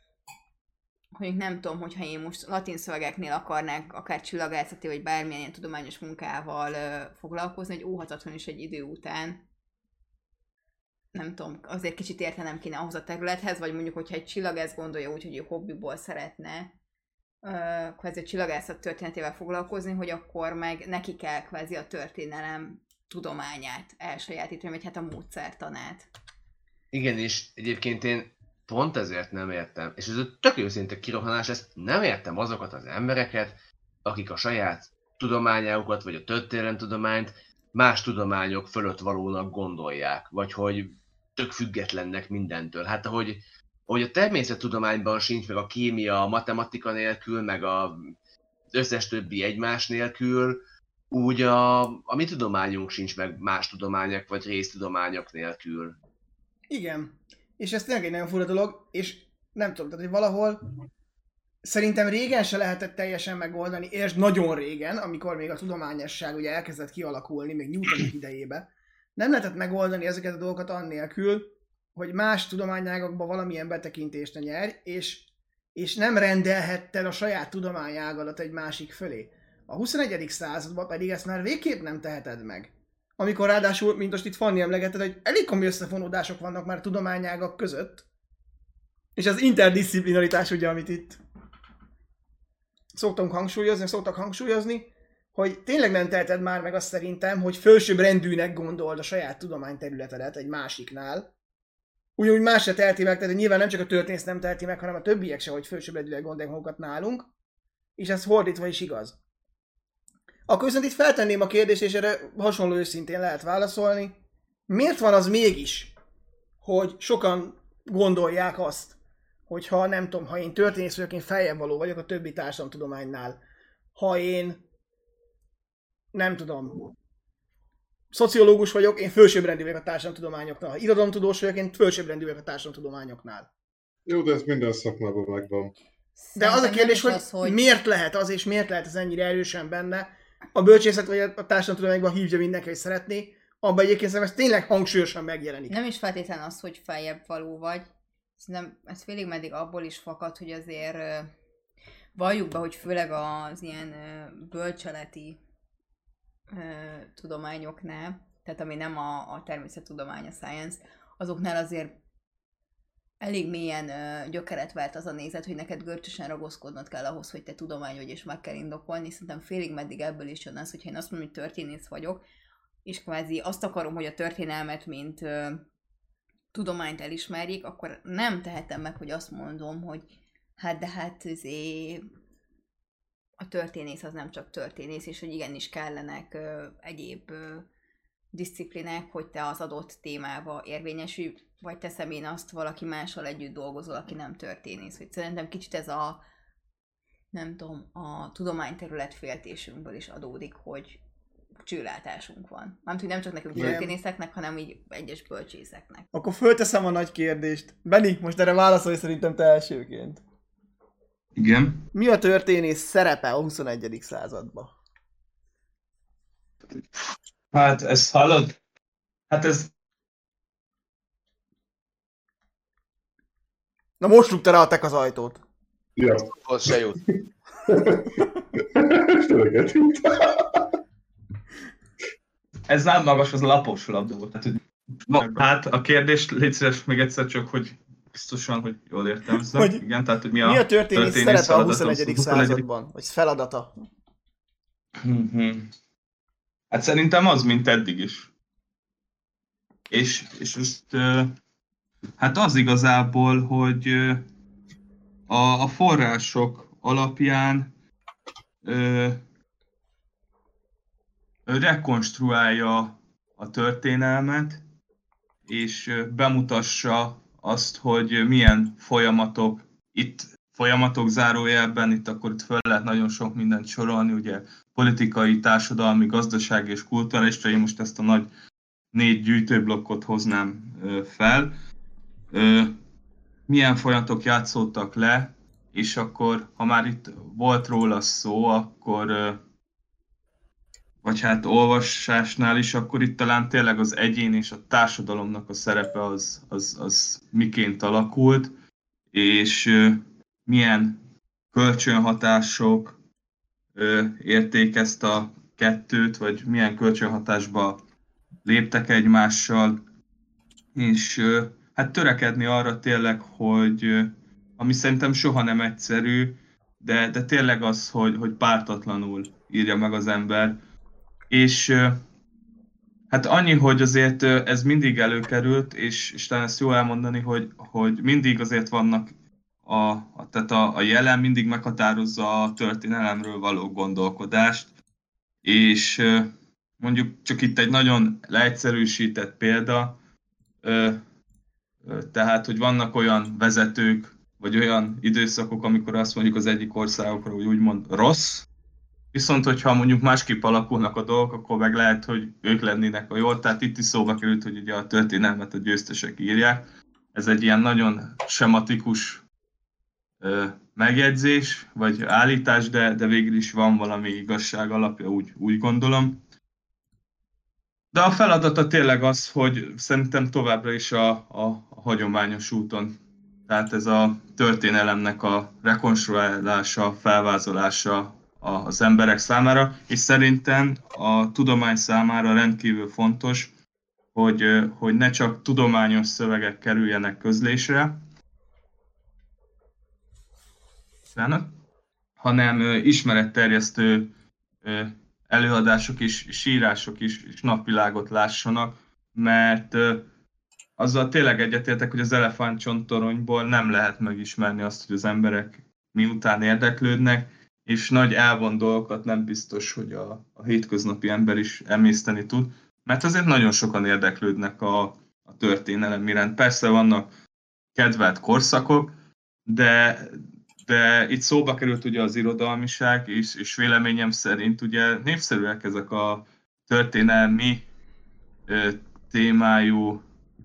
nem tudom, hogyha én most latin szövegeknél akarnák akár csillagászati, vagy bármilyen ilyen tudományos munkával foglalkozni, hogy óhatatlan is egy idő után, nem tudom, azért kicsit értenem kéne ahhoz a területhez, vagy mondjuk, hogyha egy csillagász gondolja úgy, hogy ő hobbiból szeretne kvázi a csillagászat történetével foglalkozni, hogy akkor meg neki kell kvázi a történelem tudományát elsajátítani, vagy hát a módszertanát. Igen, és egyébként én pont ezért nem értem, és ez egy tök őszinte kirohanás, ezt nem értem azokat az embereket, akik a saját tudományájukat, vagy a történelemtudományt más tudományok fölött valónak gondolják, vagy hogy tök függetlennek mindentől. Hát ahogy a természettudományban sincs meg a kémia, a matematika nélkül, meg az összes többi egymás nélkül, úgy a mi tudományunk sincs meg más tudományok vagy résztudományok nélkül. Igen. És ez tényleg egy nagyon fura dolog, és nem tudom, tehát hogy valahol szerintem régen se lehetett teljesen megoldani, és nagyon régen, amikor még a tudományosság ugye elkezdett kialakulni, még Newtonek idejébe, nem lehetett megoldani ezeket a dolgokat annélkül, hogy más tudományágakba valamilyen betekintést ne nyerj, és nem rendelhetted a saját tudományágadat egy másik fölé. A 21. században pedig ezt már végképp nem teheted meg. Amikor ráadásul, mint most itt Fanni emlegetted, hogy elég komoly összefonódások vannak már tudományágak között, és az interdisziplinaritás ugye, amit itt szoktak hangsúlyozni, hogy tényleg nem teheted már meg azt szerintem, hogy fölsőbb rendűnek gondold a saját tudományterületedet egy másiknál. Ugyanúgy más se teheti meg, tehát nyilván nem csak a történész nem teheti meg, hanem a többiek se, hogy fölsőbb rendűnek gondolják magukat nálunk, és ez fordítva is igaz. Akkor viszont itt feltenném a kérdést, és erre hasonló őszintén lehet válaszolni. Miért van az mégis, hogy sokan gondolják azt, hogyha nem tudom, ha én történész vagyok, én feljebb való vagyok a többi társadalomtudománynál. Ha én nem tudom, szociológus vagyok, én fölsőbbrendű vagyok a társadalomtudományoknál. Ha irodalomtudós vagyok, én fölsőbbrendű vagyok a társadalomtudományoknál. Jó, de ez minden szakmában megvan. De az a kérdés, hogy miért lehet az, és miért lehet ez ennyire erősen benne. A bölcsészet vagy a társadalomtudományokban hívja mindenki, hogy szeretné. Abban egyébként ez tényleg hangsúlyosan megjelenik. Nem is feltétlen az, hogy feljebb való vagy. Szerintem ez félig meddig abból is fakad, hogy azért valljuk be, hogy főleg az ilyen bölcseleti tudományoknál, tehát ami nem a természettudomány, a science, azoknál azért elég mélyen gyökeret vált az a nézet, hogy neked görcsösen ragaszkodnod kell ahhoz, hogy te tudomány vagy, és meg kell indokolni. Szerintem félig meddig ebből is jön az, hogyha én azt mondom, hogy történész vagyok, és kvázi azt akarom, hogy a történelmet, mint tudományt elismerjék, akkor nem tehetem meg, hogy azt mondom, hogy hát a történész az nem csak történész, és hogy igenis kellenek egyéb disziplinák, hogy te az adott témába érvényesülj, vagy teszem én azt, valaki mással együtt dolgozol, aki nem történész. Hogy szerintem kicsit ez a, nem tudom, a tudományterület féltésünkből is adódik, hogy csőlátásunk van. Mármint, hogy nem csak nekünk történészeknek, hanem így egyes bölcsészeknek. Akkor fölteszem a nagy kérdést. Benni, most erre válaszolj szerintem te elsőként. Igen. Mi a történész szerepe a 21. században? Hát ezt hallod? Hát ez... Na most rúgta rá a tek az ajtót. Ja. Az se jut. Ez nem magas, az lapos labda. Tehát, hogy... Hát a kérdést légy szíves még egyszer csak, hogy biztosan, hogy jól értelmezem. Hogy igen, tehát, hogy mi a történész szerepe a 21. században? Vagy feladata? Hát szerintem az, mint eddig is. És most, hát az igazából, hogy a források alapján rekonstruálja a történelmet, és bemutassa azt, hogy milyen folyamatok, itt folyamatok zárójelben, itt akkor itt föl lehet nagyon sok mindent sorolni, ugye politikai, társadalmi, gazdasági és kulturális, én most ezt a nagy 4 gyűjtőblokkot hoznám fel. Milyen folyamatok játszódtak le, és akkor, ha már itt volt róla szó, akkor, vagy hát olvasásnál is, akkor itt talán tényleg az egyén és a társadalomnak a szerepe az miként alakult, és milyen kölcsönhatások érték ezt a kettőt, vagy milyen kölcsönhatásba léptek egymással, és hát törekedni arra tényleg, hogy ami szerintem soha nem egyszerű, de tényleg az, hogy pártatlanul írja meg az ember. És hát annyi, hogy azért ez mindig előkerült, és talán ezt jó elmondani, hogy mindig azért vannak, tehát a jelen mindig meghatározza a történelemről való gondolkodást, és mondjuk csak itt egy nagyon leegyszerűsített példa, tehát, hogy vannak olyan vezetők, vagy olyan időszakok, amikor azt mondjuk az egyik országokra, hogy úgymond rossz, Viszont, hogyha mondjuk másképp alakulnak a dolgok, akkor meg lehet, hogy ők lennének a jól. Tehát itt is szóba került, hogy ugye a történelmet a győztesek írják. Ez egy ilyen nagyon sematikus megjegyzés, vagy állítás, de végül is van valami igazság alapja, úgy gondolom. De a feladata tényleg az, hogy szerintem továbbra is a hagyományos úton. Tehát ez a történelemnek a rekonstruálása, felvázolása az emberek számára, és szerintem a tudomány számára rendkívül fontos, hogy ne csak tudományos szövegek kerüljenek közlésre, hanem ismeretterjesztő előadások és írások is napvilágot lássanak, mert azzal tényleg egyetértek, hogy az elefántcsontoronyból nem lehet megismerni azt, hogy az emberek miután érdeklődnek, és nagy elvont dolgokat nem biztos, hogy a hétköznapi ember is emészteni tud, mert azért nagyon sokan érdeklődnek a történelem iránt. Persze vannak kedvelt korszakok, de itt szóba került ugye az irodalmiság, és véleményem szerint ugye népszerűek ezek a történelmi témájú...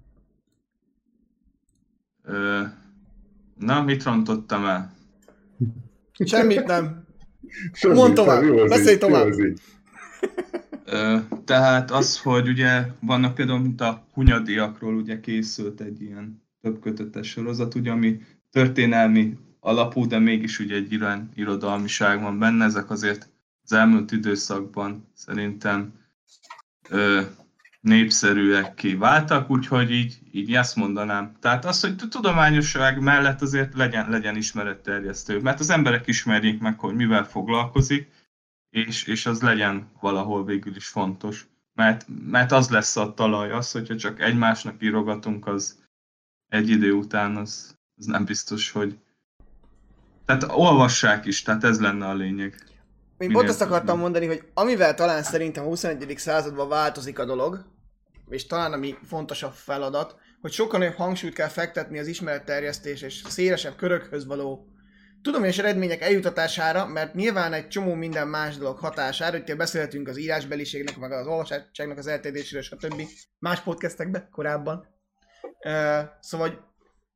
Na, mit rontottam el? Semmit nem. Semmi, Mondd tovább, jó az beszélj így, tovább. jó az így. Tehát az, hogy ugye vannak például, mint a Hunyadiakról ugye készült egy ilyen többkötetes sorozat, ugye, ami történelmi alapú, de mégis ugye egy irodalmiság van benne, ezek azért az elmúlt időszakban szerintem népszerűekké váltak, úgyhogy így ezt mondanám. Tehát az, hogy tudományosság mellett azért legyen ismeretterjesztő, mert az emberek ismerjék meg, hogy mivel foglalkozik, és az legyen valahol végül is fontos. Mert az lesz a talaj, az, hogyha csak egymásnak írogatunk, az egy idő után az nem biztos, hogy... Tehát olvassák is, tehát ez lenne a lényeg. Én pont azt akartam mondani, hogy amivel talán szerintem a 21. században változik a dolog, és talán ami fontosabb feladat, hogy sokkal nagyobb hangsúlyt kell fektetni az ismeretterjesztés és szélesebb körökhöz való tudományos eredmények eljutatására, mert nyilván egy csomó minden más dolog hatására, hogy beszélhetünk az írásbeliségnek, meg az olvasottságnak az elterjedéséről, stb. Más podcastekben korábban. Szóval, hogy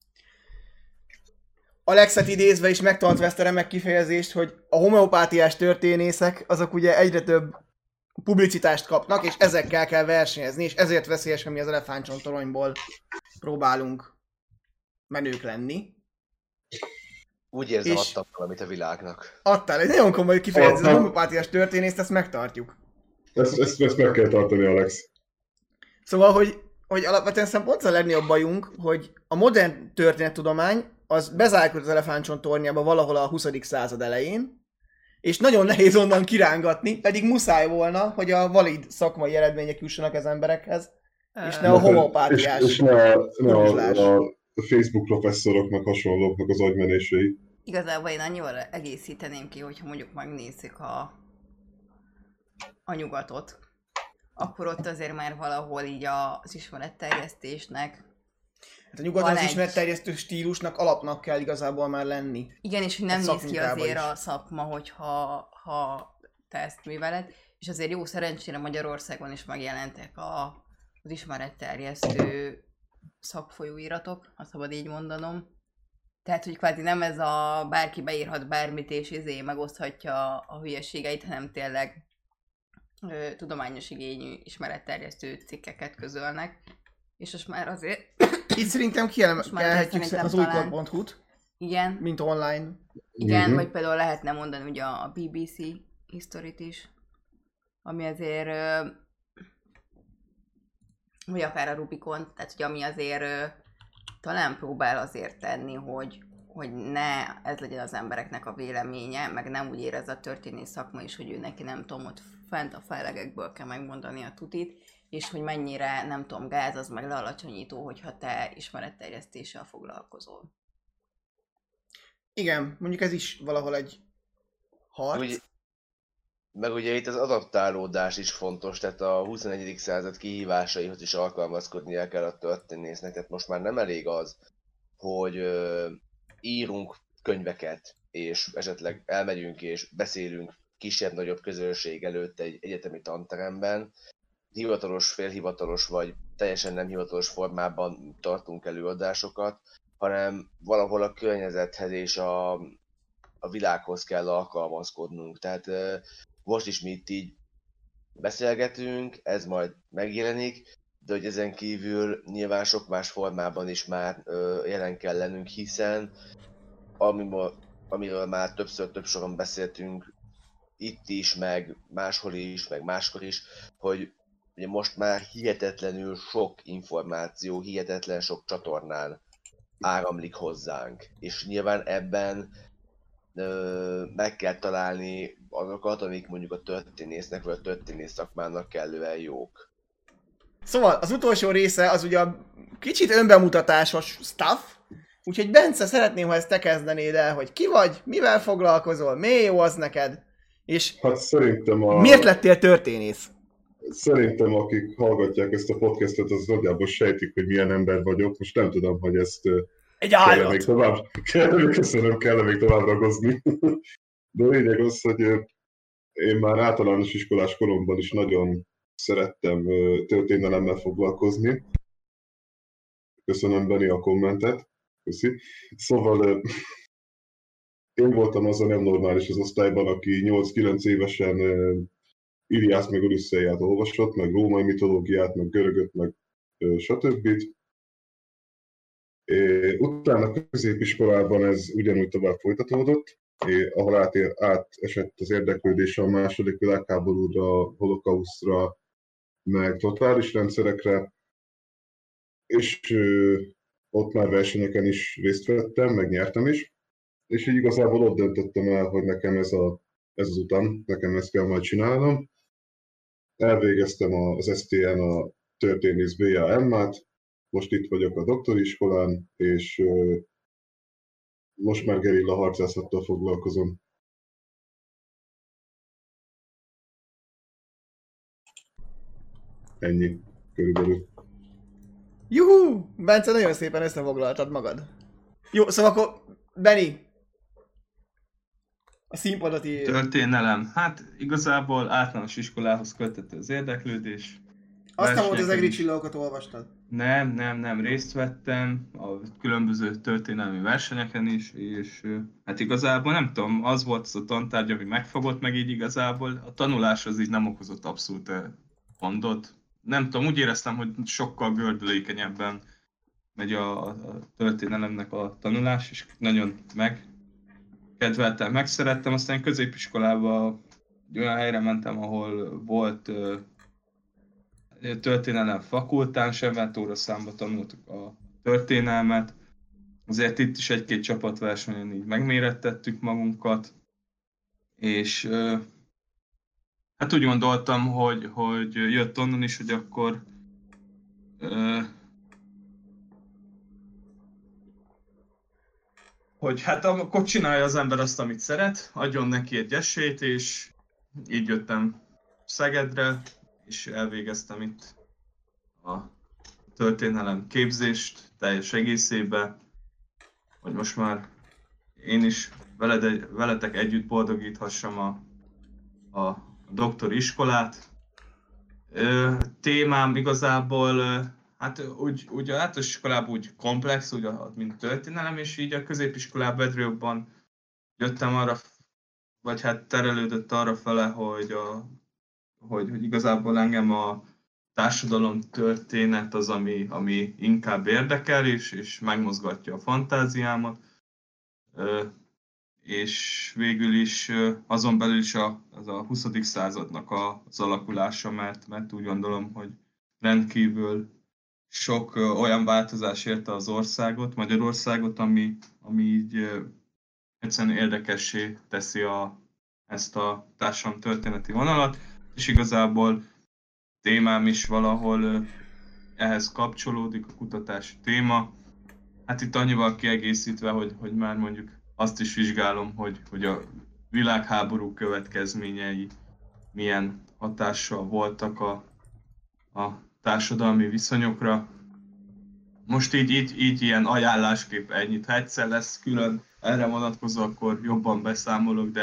Alexet idézve is megtartva ezt a remek kifejezést, hogy a homeopátiás történészek azok ugye egyre több publicitást kapnak, és ezekkel kell versenyezni, és ezért veszélyes, hogy mi az elefántcsontoronyból próbálunk menők lenni. Úgy érzem, És adtam valamit a világnak. adtál egy nagyon komoly kifejezést, a homeopátiás történészt, ezt megtartjuk. Ezt meg kell tartani, Alex. Szóval, hogy alapvetően szerintem pont a legnagyobb bajunk, hogy a modern történettudomány az bezárkult az elefántcsontornyába valahol a 20. század elején, és nagyon nehéz onnan kirángatni, pedig muszáj volna, hogy a valid szakmai eredmények jussanak az emberekhez, és ne a homeopátiás És ne jóslás. a Facebook professzoroknak hasonlóknak az agymenései. Igazából én annyival egészíteném ki, hogyha mondjuk megnézzük a nyugatot, akkor ott azért már valahol így az ismeretterjesztésnek Hát a nyugaton van az egy... ismeretterjesztő stílusnak alapnak kell igazából már lenni. Igen, és hogy nem Egy néz ki szakmunkában azért is. a szakma, hogyha te ezt műveled, és azért jó szerencsére Magyarországon is megjelentek az ismeretterjesztő szakfolyóiratok, ha szabad így mondanom. Tehát, hogy kvázi nem ez a bárki beírhat bármit, és megoszthatja a hülyeségeit, hanem tényleg tudományos igényű ismeretterjesztő cikkeket közölnek. És most már azért... Itt szerintem Most már kiemelhetjük szerintem az talán- újkor.hu-t, Igen, mint online. igen, Mhm. vagy például lehetne mondani ugye a BBC History-t is, ami azért, vagy akár a Rubicon, tehát hogy ami azért talán próbál azért tenni, hogy ne ez legyen az embereknek a véleménye, meg nem úgy érez a történész szakma is, hogy ő neki nem tudom, ott fent a fellegekből kell megmondani a tutit, és hogy mennyire, nem tudom, gáz az meg lealacsonyító, hogyha te ismeretterjesztéssel foglalkozol. Igen, mondjuk ez is valahol egy harc. Meg ugye itt az adaptálódás is fontos, tehát a 21. század kihívásaihoz is alkalmazkodnia kell a történésznek, tehát most már nem elég az, hogy írunk könyveket, és esetleg elmegyünk és beszélünk kisebb-nagyobb közönség előtt egy egyetemi tanteremben, hivatalos, félhivatalos vagy teljesen nem hivatalos formában tartunk előadásokat, hanem valahol a környezethez és a világhoz kell alkalmazkodnunk. Tehát most is mi itt így beszélgetünk, ez majd megjelenik, de hogy ezen kívül nyilván sok más formában is már jelen kell lennünk, hiszen amiről már több soron beszéltünk itt is, meg máshol is, meg máskor is, hogy ugye most már hihetetlenül sok információ, hihetetlen sok csatornán áramlik hozzánk. És nyilván ebben meg kell találni azokat, amik mondjuk a történésznek vagy a történész szakmának kellően jók. Szóval az utolsó része az ugye a kicsit önbemutatásos stuff, úgyhogy Bence, szeretném, ha ezt te kezdenéd el, hogy ki vagy, mivel foglalkozol, miért jó az neked, és Hát szerintem miért lettél történész? Szerintem akik hallgatják ezt a podcastot, az nagyjából sejtik, hogy milyen ember vagyok. Most nem tudom, hogy ezt Egy kell még állat! kell még tovább ragozni. De a lényeg az, hogy én már általános iskolás koromban is nagyon szerettem történelemmel foglalkozni. Köszönöm, Benni, a kommentet. Köszi. Szóval én voltam az a nem normális az osztályban, aki 8-9 évesen Iliász meg Odüsszeiát olvasott, meg római mitológiát, meg görögöt, meg stb. Utána középiskolában ez ugyanúgy tovább folytatódott, ahol átesett az érdeklődés a második világháborúra, holokausztra, meg totális rendszerekre, és ott már versenyeken is részt vettem, meg nyertem is, és így igazából ott döntöttem el, hogy nekem ez az utam, nekem ezt kell majd csinálnom. Elvégeztem az STN a történész BA-M-át, most itt vagyok a doktori iskolán, és most már gerilla harcászattal foglalkozom. Ennyi, körülbelül. Juhú! Bence, nagyon szépen összefoglaltad magad. Jó, szóval akkor, Benni, a színpadot így... Történelem. Hát igazából általános iskolához kötött az érdeklődés. Azt nem volt, az Versenyeken egri is. csillagokat olvastad. Nem, részt vettem a különböző történelmi versenyeken is, és hát igazából nem tudom, az volt az a tantárgy, ami megfogott, meg így igazából a tanulás az így nem okozott abszolút gondot. Nem tudom, úgy éreztem, hogy sokkal gördülékenyebben megy a történelemnek a tanulás, és nagyon megkedveltem, megszerettem. Aztán középiskolába egy olyan helyre mentem, ahol volt történelem fakultáns, event óraszámba tanultuk a történelmet. Azért itt is egy-két csapatversenyen így megmérettettük magunkat, és hát úgy gondoltam, hogy jött onnan is, hogy akkor hogy hát akkor csinálja az ember azt, amit szeret, adjon neki egy esélyt, és így jöttem Szegedre, és elvégeztem itt a történelem képzést teljes egészében, hogy most már én is veletek együtt boldogíthassam a doktori iskolát. Témám igazából, hát úgy az általános iskolában úgy komplex, úgy, mint történelem, és így a középiskolában egyre jobban jöttem arra, vagy hát terelődött arra fele, hogy igazából engem a társadalom történet az, ami inkább érdekel, és megmozgatja a fantáziámat. És végül is azon belül is az a 20. századnak az alakulása, mert úgy gondolom, hogy rendkívül sok olyan változás érte az országot, Magyarországot, ami így egyszerűen érdekessé teszi ezt a társadalomtörténeti vonalat, és igazából témám is valahol ehhez kapcsolódik, a kutatási téma. Hát itt annyival kiegészítve, hogy már mondjuk azt is vizsgálom, hogy a világháború következményei milyen hatással voltak a társadalmi viszonyokra. Most így ilyen ajánlásképp ennyit. Ha egyszer lesz külön erre vonatkozó, akkor jobban beszámolok, de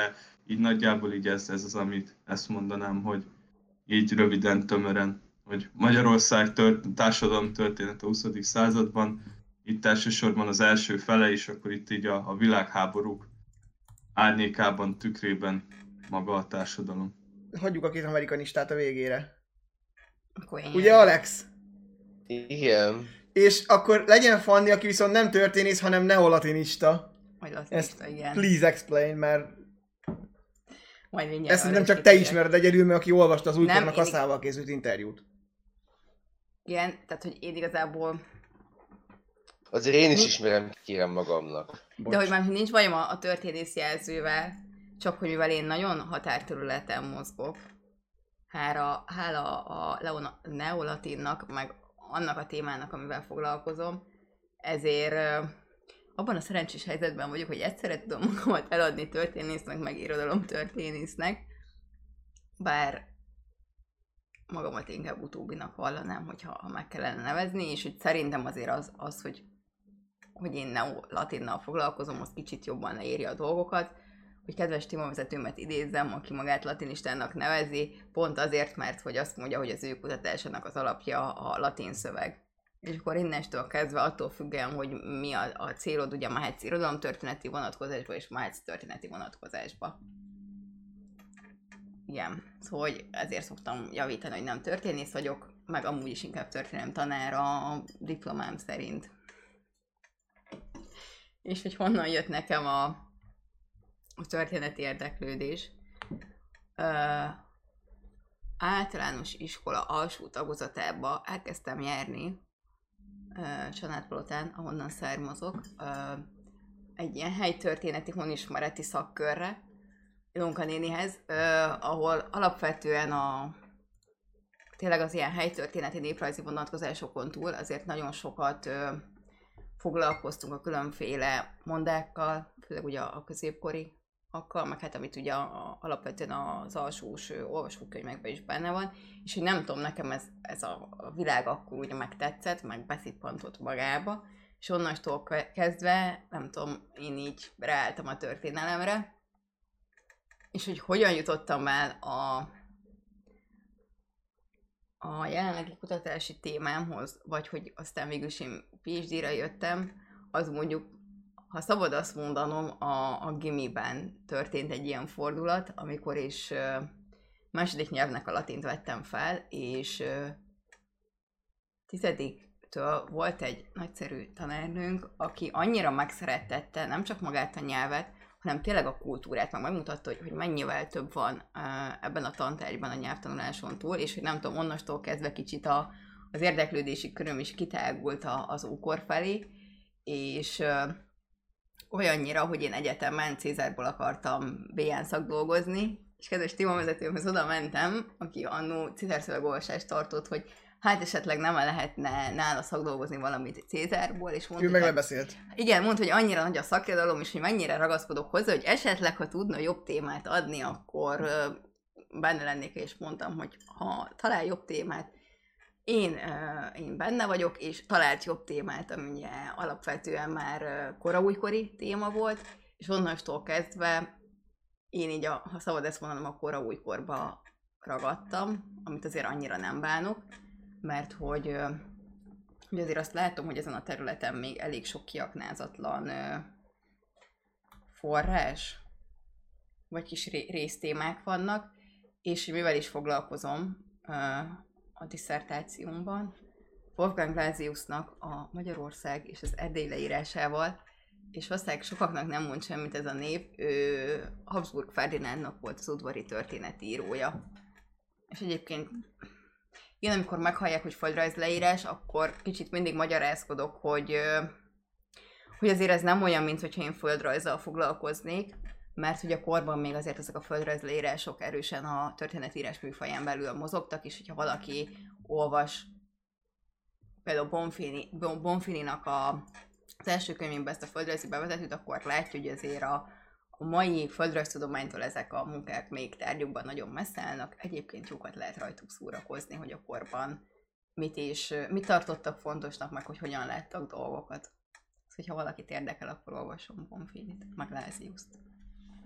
így nagyjából így ez az, amit ezt mondanám, hogy így röviden, tömören, hogy Magyarország társadalom történet a 20. században, itt elsősorban az első fele, és akkor itt így a világháborúk árnyékában, tükrében maga a társadalom. Hagyjuk a két amerikanistát a végére. Akkor én. Ugye, Alex? Igen. És akkor legyen Fanni, aki viszont nem történész, hanem neolatinista. Majd latinista, igen. Please explain, mert Majd mindjárt ezt arra nem is csak te kitérek. ismered egyedül, mert aki olvasta az újkornak Nem, használva készült interjút. Igen, tehát hogy én igazából... Azért én is ismerem, kérem magamnak. De hogy már nincs bajom a történész jelzővel, csak hogy mivel én nagyon határterületen mozgok, hála a neolatinnak, meg annak a témának, amivel foglalkozom, ezért abban a szerencsés helyzetben vagyok, hogy egyszerre tudom magamat eladni történésznek, meg irodalomtörténésznek, bár magamat inkább utóbbinak vallanám, hogyha meg kellene nevezni, és hogy szerintem azért az hogy én neolatinnal foglalkozom, az kicsit jobban leírja a dolgokat, hogy kedves témavezetőmet idézzem, aki magát latinistának nevezi, pont azért, mert hogy azt mondja, hogy az ő kutatásának az alapja a latin szöveg. És akkor innentől kezdve attól függően, hogy mi a célod, ugye mehetsz irodalomtörténeti vonatkozásba, és mehetsz történeti vonatkozásba. Igen, szóval hogy ezért szoktam javítani, hogy nem történész vagyok, meg amúgy is inkább történelem tanár a diplomám szerint. És hogy honnan jött nekem a történeti érdeklődés. Általános iskola alsó tagozatába elkezdtem járni Csanádpalotán, ahonnan származok, egy ilyen helytörténeti honismereti szakkörre, Ilonka nénihez, ahol alapvetően tényleg az ilyen helytörténeti néprajzi vonatkozásokon túl azért nagyon sokat foglalkoztunk a különféle mondákkal, főleg ugye a középkori akkal, meg hát amit ugye alapvetően az alsós olvasókönyvekben is benne van, és hogy nem tudom, nekem ez a világ akkor ugye megtetszett, meg beszippantott magába, és onnantól kezdve, nem tudom, én így ráálltam a történelemre, és hogy hogyan jutottam el a jelenlegi kutatási témámhoz, vagy hogy aztán végül is én PhD-ra jöttem, az mondjuk, ha szabad azt mondanom, a gimiben történt egy ilyen fordulat, amikor is második nyelvnek a latint vettem fel, és 10-től volt egy nagyszerű tanárnőnk, aki annyira megszerettette nem csak magát a nyelvet, hanem tényleg a kultúrát, meg megmutatta, hogy mennyivel több van ebben a tantárgyban a nyelvtanuláson túl, és hogy nem tudom, onnastól kezdve kicsit az érdeklődési köröm is kitágult az ókor felé, és olyannyira, hogy én egyetemen Cézárból akartam BN szakdolgozni, és kedves témavezetőmhöz oda mentem, aki annó Cézár szövegolvasást tartott, hogy hát esetleg nem lehetne nála szakdolgozni valamit Cézárból, és mondta, Ő meg lebeszélt. Igen, mondta, hogy annyira nagy a szakirodalom, és hogy mennyire ragaszkodok hozzá, hogy esetleg, ha tudna jobb témát adni, akkor benne lennék, és mondtam, hogy ha talál jobb témát, én benne vagyok, és talált jobb témát, ami ugye alapvetően már koraújkori téma volt, és onnantól kezdve én így, ha szabad ezt mondanom, a koraújkorba ragadtam, amit azért annyira nem bánok, mert hogy azért azt látom, hogy ezen a területen még elég sok kiaknázatlan forrás, vagy kis résztémák vannak, és mivel is foglalkozom a disszertációmban, Wolfgang Blasiusnak a Magyarország és az Erdély leírásával, és valószínűleg sokaknak nem mond semmit ez a név, ő Habsburg Ferdinándnak volt az udvari történetírója. És egyébként igen, amikor meghallják, hogy földrajz leírás, akkor kicsit mindig magyarázkodok, hogy azért ez nem olyan, mint hogyha én földrajzzal foglalkoznék, mert hogy a korban még azért ezek a földrajz leírások erősen a történetírás műfaján belül mozogtak, és hogyha valaki olvas például Bonfininak az első könyvében ezt a földrajzi bevezetőt, akkor látja, hogy azért a mai földrajztudománytól ezek a munkák még tárgyukban nagyon messze állnak. Egyébként jókat lehet rajtuk szórakozni, hogy a korban mit tartottak fontosnak, meg hogy hogyan láttak dolgokat. Szóval, ha valakit érdekel, akkor olvasom Bonfinit, meg Láziuszt.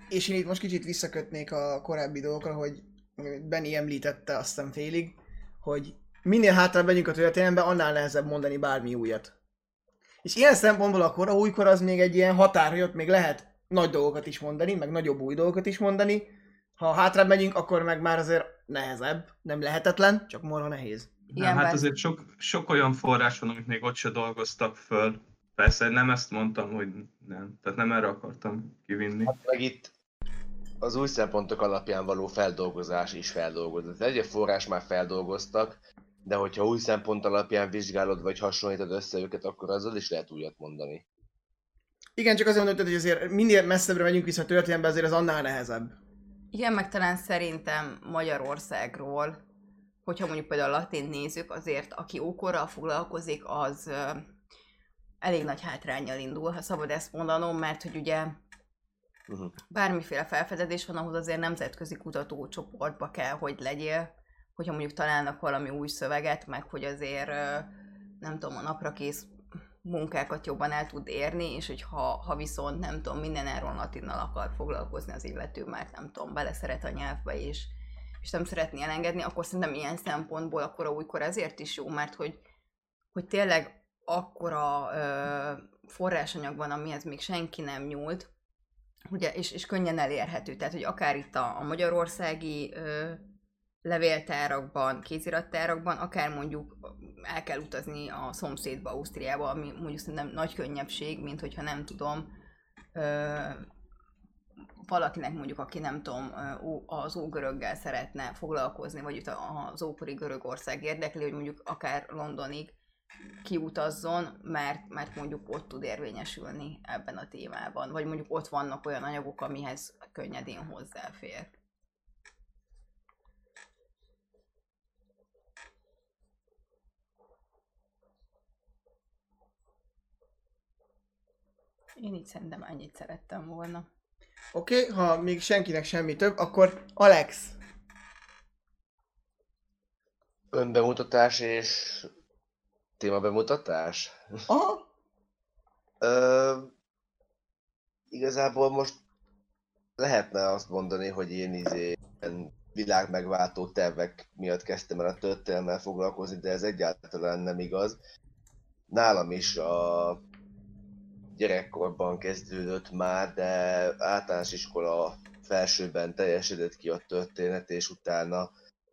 és én itt most kicsit visszakötnék a korábbi dolgokra, hogy Benny említette aztán félig, hogy minél hátrább megyünk a történelembe, annál nehezebb mondani bármi újat. És ilyen szempontból akkor a újkor az még egy ilyen határ, hogy ott még lehet nagy dolgokat is mondani, meg nagyobb új dolgokat is mondani. Ha hátrább megyünk, akkor meg már azért nehezebb. Nem lehetetlen, csak marha nehéz. Igen, Hát bár- azért sok olyan forrás van, amit még ott se dolgoztak föl. Persze nem ezt mondtam, hogy nem. Tehát nem erre akartam kivinni. Meg itt az új szempontok alapján való feldolgozás is feldolgozott. Egy forrás már feldolgoztak, de hogyha új szempont alapján vizsgálod vagy hasonlítod össze őket, akkor azzal is lehet újat mondani. Igen, csak azért mondtad, hogy azért minél messzebbre megyünk vissza a történelembe, azért az annál nehezebb. Igen, meg talán szerintem Magyarországról, hogyha mondjuk például a latin nézzük, azért aki ókorral foglalkozik, az elég nagy hátránnyal indul, ha szabad ezt mondanom, mert hogy ugye bármiféle felfedezés van, ahhoz azért nemzetközi kutatócsoportba kell, hogy legyél, hogyha mondjuk találnak valami új szöveget, meg hogy azért nem tudom, a naprakész munkákat jobban el tud érni, és hogy ha viszont nem tudom, mindenáron latinnal akar foglalkozni az illető, mert nem tudom, beleszeret a nyelvbe, és nem szeretné elengedni, akkor szerintem ilyen szempontból akkor a újkor ezért is jó, mert hogy tényleg akkora forrásanyag van, amihez még senki nem nyúlt, ugye, és könnyen elérhető. Tehát, hogy akár itt a magyarországi levéltárakban, kézirattárakban, akár mondjuk el kell utazni a szomszédba, Ausztriába, ami mondjuk szerintem nagy könnyebbség, mint hogyha nem tudom, valakinek mondjuk, aki nem tudom, az ógöröggel szeretne foglalkozni, vagy itt az ókori Görögország érdekli, hogy mondjuk akár Londonig kiutazzon, mert mondjuk ott tud érvényesülni ebben a témában, vagy mondjuk ott vannak olyan anyagok, amihez könnyedén hozzáfér. Én így szerintem ennyit szerettem volna. Oké, ha még senkinek semmi több, akkor Alex. Önbemutatás és témabemutatás? Aha. Igazából most lehetne azt mondani, hogy én ilyen világmegváltó tervek miatt kezdtem el a történelemmel foglalkozni, de ez egyáltalán nem igaz. Nálam is a gyerekkorban kezdődött már, de általános iskola felsőben teljesedett ki a történet, és utána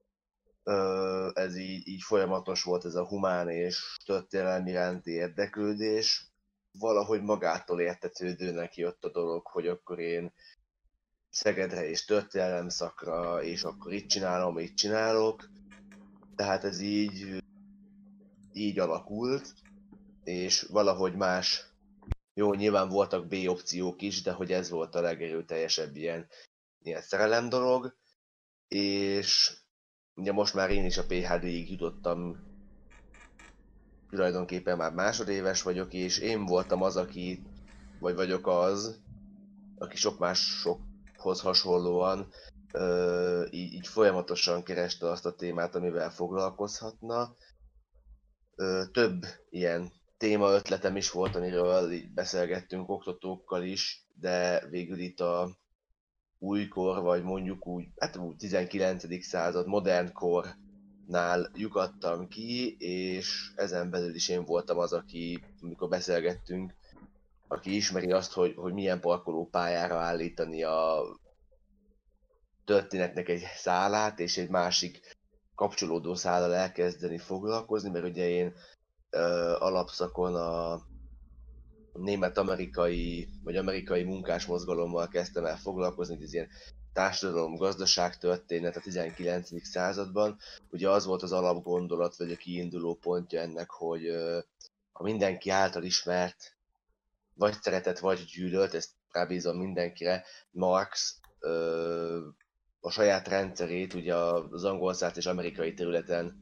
ez így folyamatos volt, ez a humán és történelem iránti érdeklődés. Valahogy magától értetődőnek jött a dolog, hogy akkor én Szegedre és történelem szakra, és akkor itt csinálom, itt csinálok. Tehát ez így alakult, és valahogy más. Jó, nyilván voltak B opciók is, de hogy ez volt a legerőteljesebb ilyen szerelem dolog. És ugye most már én is a PhD-ig jutottam, tulajdonképpen már másodéves vagyok, és én voltam az, vagyok az, aki sok másokhoz hasonlóan így folyamatosan kereste azt a témát, amivel foglalkozhatna. Több ilyen témaötletem is volt, amiről így beszélgettünk oktatókkal is, de végül itt a újkor, vagy mondjuk úgy, hát úgy 19. század, modern kornál lyukadtam ki, és ezen belül is én voltam az, aki, amikor beszélgettünk, aki ismeri azt, hogy milyen parkolópályára állítani a történetnek egy szálát, és egy másik kapcsolódó szállal elkezdeni foglalkozni, mert ugye én alapszakon a német-amerikai vagy amerikai munkásmozgalommal kezdtem el foglalkozni, ez ilyen társadalom, gazdaság történet a 19. században. Ugye az volt az alapgondolat, vagy a kiinduló pontja ennek, hogy a mindenki által ismert, vagy szeretett, vagy gyűlölt, ezt rábízom mindenkire, Marx a saját rendszerét ugye az angol száz és amerikai területen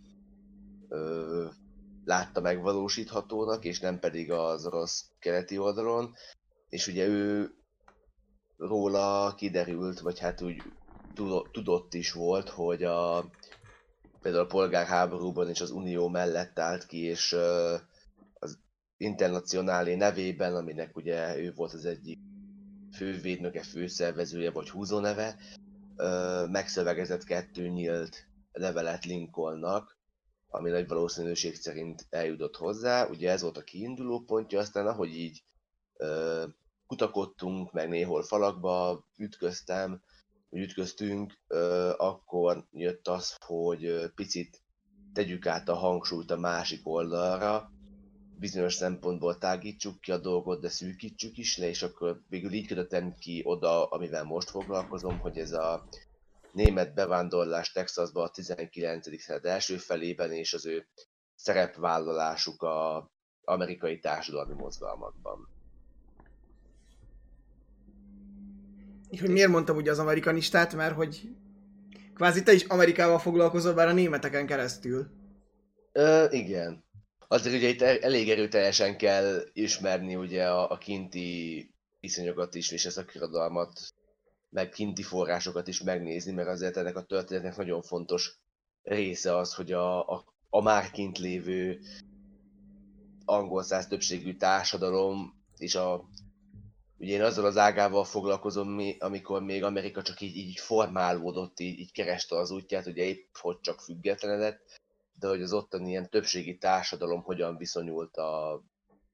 látta megvalósíthatónak, és nem pedig az orosz keleti oldalon, és ugye ő róla kiderült, vagy hát úgy tudott is volt, hogy például a polgárháborúban is az Unió mellett állt ki, és az Internacionálé nevében, aminek ugye ő volt az egyik fővédnöke, főszervezője vagy húzóneve megszövegezett 2 nyílt levelet Lincolnnak, ami nagy valószínűség szerint eljutott hozzá. Ugye ez volt a kiinduló pontja, aztán ahogy így kutakodtunk, meg néhol falakba ütköztünk, akkor jött az, hogy picit tegyük át a hangsúlyt a másik oldalra, bizonyos szempontból tágítsuk ki a dolgot, de szűkítsük is le, és akkor végül így kötöttem ki oda, amivel most foglalkozom, hogy ez a német bevándorlás Texasba a 19. század első felében, és az ő szerepvállalásuk az amerikai társadalmi mozgalmakban. És hogy miért mondtam ugye az amerikanistát, mert hogy kvázi te is Amerikával foglalkozol, bár a németeken keresztül. Igen. Azért ugye itt elég erőteljesen kell ismerni ugye a kinti viszonyokat is, és a szakirodalmat, meg kinti forrásokat is megnézni, mert azért ennek a történetnek nagyon fontos része az, hogy a már kint lévő angol száz többségű társadalom, és ugye én azzal az ágával foglalkozom, amikor még Amerika csak így formálódott, így kereste az útját, ugye épp hogy csak függetlenedett, de hogy az ottani ilyen többségi társadalom hogyan viszonyult a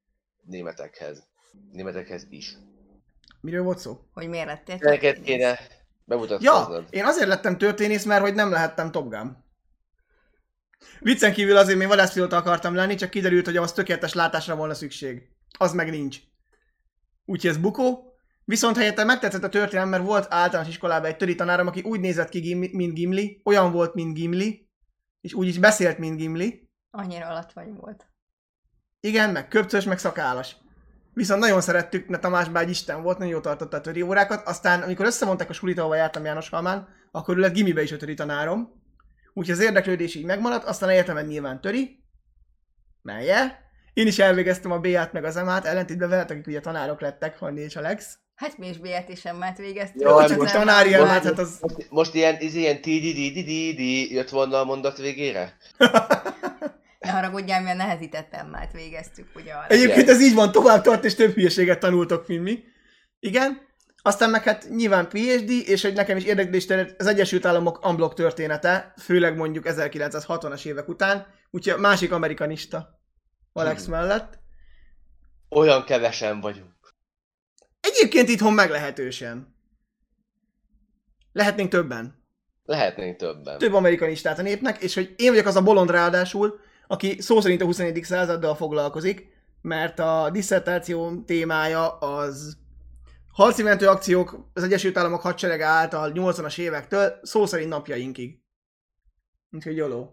németekhez is. Miről volt szó? Hogy miért lettél Neked történész? kéne bemutatkoznod. Ja, én azért lettem történész, mert hogy nem lehettem Top Gun. Viccen kívül azért még vadászpilóta akartam lenni, csak kiderült, hogy az tökéletes látásra volna szükség. Az meg nincs. Úgyhogy ez bukó. Viszont helyette megtetszett a történelem, mert volt általános iskolában egy töri tanárom, aki úgy nézett ki, mint Gimli, olyan volt, mint Gimli, és úgy is beszélt, mint Gimli. Annyira alattvagy volt. Igen, meg köpcös, meg szakállas. Viszont nagyon szerettük, mert Tamás bágy isten volt, nagyon jól tartotta a töri órákat. Aztán, amikor összemondták a sulit, ahova jártam Jánoshalmán, akkor ő lett gimibe is a töri tanárom. Úgyhogy az érdeklődés így megmaradt, aztán egyetemen nyilván töri. Melye. Én is elvégeztem a B-át meg az M-át, ellentétben veletek, akik ugye tanárok lettek, Fanni és Alex. Hát mi is B-et és M-et végeztünk. Jaj, Csak most a tanári M-át, hát az... Most ilyen ti jött volna a mondat végére? Ne haragudjál, mi a nehezített M-et végeztük, ugye arra. Egyébként ez így van, tovább tart, és több hülyeséget tanultok, mint mi. Igen. Aztán meg hát nyilván PhD, és hogy nekem is érdeklés terület az Egyesült Államok unblock története, főleg mondjuk 1960-as évek után, úgyhogy a másik amerikanista Alex mellett. Olyan kevesen vagyunk. Egyébként itthon meglehetősen. Lehetnénk többen. Lehetnénk többen. Több amerikanistát a népnek, és hogy én vagyok az a bolond ráadásul, aki szó szerint a 21. századdal foglalkozik, mert a disszertáció témája az harci mentő akciók az Egyesült Államok hadserege által 80-as évektől szó szerint napjainkig. Úgyhogy jóló.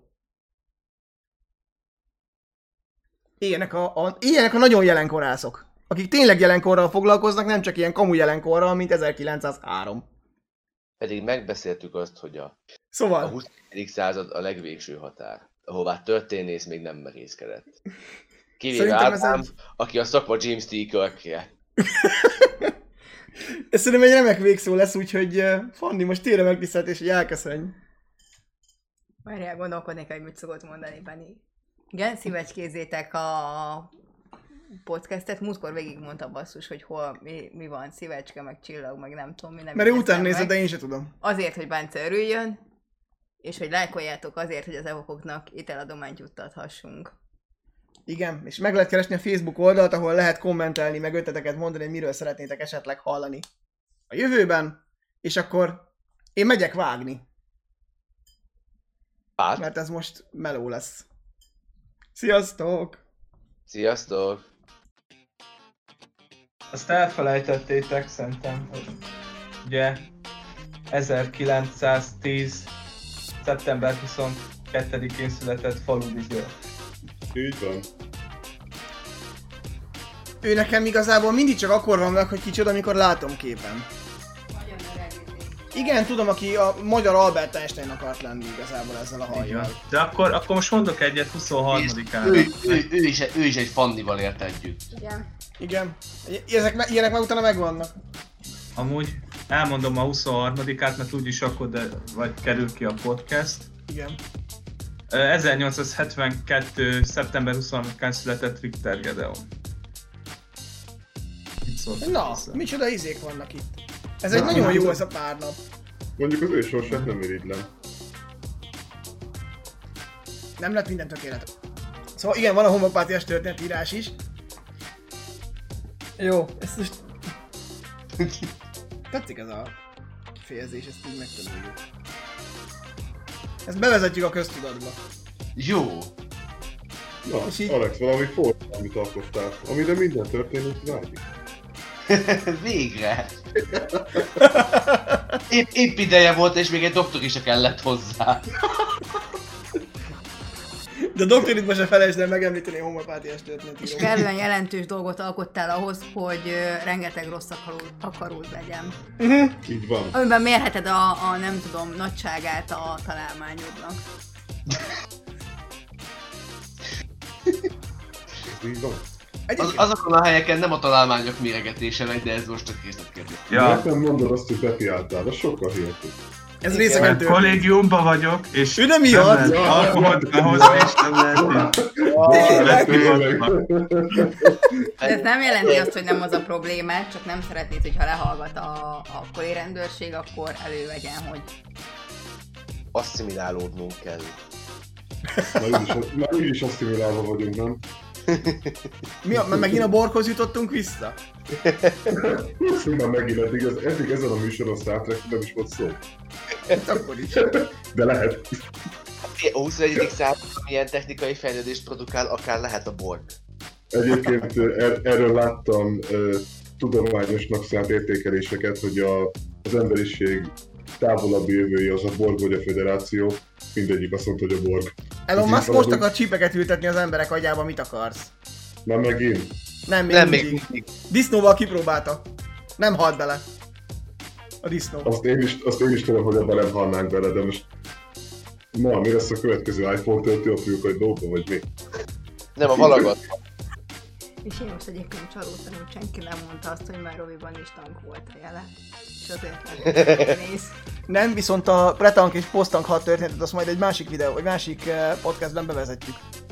Ilyenek a nagyon jelenkorászok, akik tényleg jelenkorral foglalkoznak, nem csak ilyen kamu jelenkorral, mint 1903. Pedig megbeszéltük azt, hogy a Szóval... 21. század a legvégső határ, ahová történész még nem merészkedett. Kivéve Szerintem ez Ádám, egy- aki a szakma James T. Kirkje. Ez szerintem egy remek végszó lesz, úgyhogy Fanni, most tényleg megtiszteltés, hogy elköszönj. Várjál, gondolkodnék, hogy mit szokott mondani, Benni. Igen, szívecskézzétek a podcastet. Múltkor végigmondta basszus, hogy hol mi van, szívecske, meg csillag, meg nem tudom, mi nem. Mert ő jegyeztem után nézett, meg. de én se tudom. Azért, hogy Bence örüljön, és hogy lájkoljátok azért, hogy az evokoknak ételadományt juttathassunk. Igen, és meg lehet keresni a Facebook oldalt, ahol lehet kommentelni, meg ötleteket mondani, hogy miről szeretnétek esetleg hallani a jövőben, és akkor én megyek vágni, Hát, mert ez most meló lesz. Sziasztok! sziasztok! Azt elfelejtettétek szerintem, hogy ugye 1910. szeptember 22-én született Faludi György. Így van. Ő nekem igazából mindig csak akkor van meg, hogy kicsoda, amikor látom képen. Nagyon öreg. Igen, tudom, aki a magyar Albert Einstein akart lenni igazából ezzel a Így van. hajjal. De akkor most mondok egyet 23-ára. Ő is egy Fannival ért együtt. Igen. Igen. Ilyenek meg utána megvannak. Amúgy elmondom a 23-át, mert úgyis akkor vagy kerül ki a podcast. Igen. 1872. szeptember 23-án született Richter Gedeon. szóltak Na, hozzá. micsoda izék vannak itt. Ez egy nagyon jó ez a pár nap. Mondjuk az ő sorsát nem irigylem. Nem lett minden tökéletes. Szóval igen, van a homopátiás történetírás is. Jó, ezt most... Tetszik ez a kifejezés, ezt így megtanuljuk. Ezt bevezetjük a köztudatba. Jó. Na, És így- Alex, valami forró, amit alkottál, amire minden történik vágyik. Végre. Épp ideje volt, és még egy doktor is kellett hozzá. De a doktoritban se felejtsd el megemlíteni a homopátiás És történetírót. kellően jelentős dolgot alkottál ahhoz, hogy rengeteg rossz akaród legyen. Így van. Amiben mérheted a nem tudom, nagyságát a találmányodnak. Ez így van. Egyébként Azokon a helyeken nem a találmányok méregetése megy, de ez most a részletkérdés. Miért Ja, nem mondod azt, hogy befiáltál? Az sokkal hihető. ez részegen mert történik. kollégiumban vagyok, és Ő nem nem ihat. lehet alkoholt behozni, és nem lehet Tényleg? De ez nem jelenti azt, hogy nem az a problémát, csak nem szeretnéd, hogyha lehallgat a kori rendőrség, akkor elővegyen, hogy Asszimilálódnunk kell. Már úgyis asszimilálva vagyunk, nem? Mi a, mert megint a borhoz jutottunk vissza? Már megint eddig ezen a műsoron Star Trek nem is volt szó. Hát akkor is. De lehet. A 21. században milyen technikai fejlődést produkál, akár lehet a Borg. Egyébként erről láttam tudományosnak szánt értékeléseket, hogy az emberiség távolabbi jövője az a Borg vagy a Föderáció. Mindegyik azt mondta, hogy a Borg. Elon Ez Musk így most valami- akar csípeket ültetni az emberek agyába, mit akarsz? Már megint. Nem, még Nem, mindig. még mindig. Disznóval kipróbálta. Nem halt bele. A disznó. Azt én is tudom, hogy abban nem halnánk bele, de most... Na, mi lesz a következő iPhone töltő, a fiúk, dolga, vagy mi? Nem, a valagat. és én most egyébként csalódtam, hogy senki nem mondta azt, hogy már Robiban is tank volt a jele. És azért néz. Nem, viszont a pretank és posztank 6 történetet azt majd egy másik videó, vagy másik podcastben bevezetjük.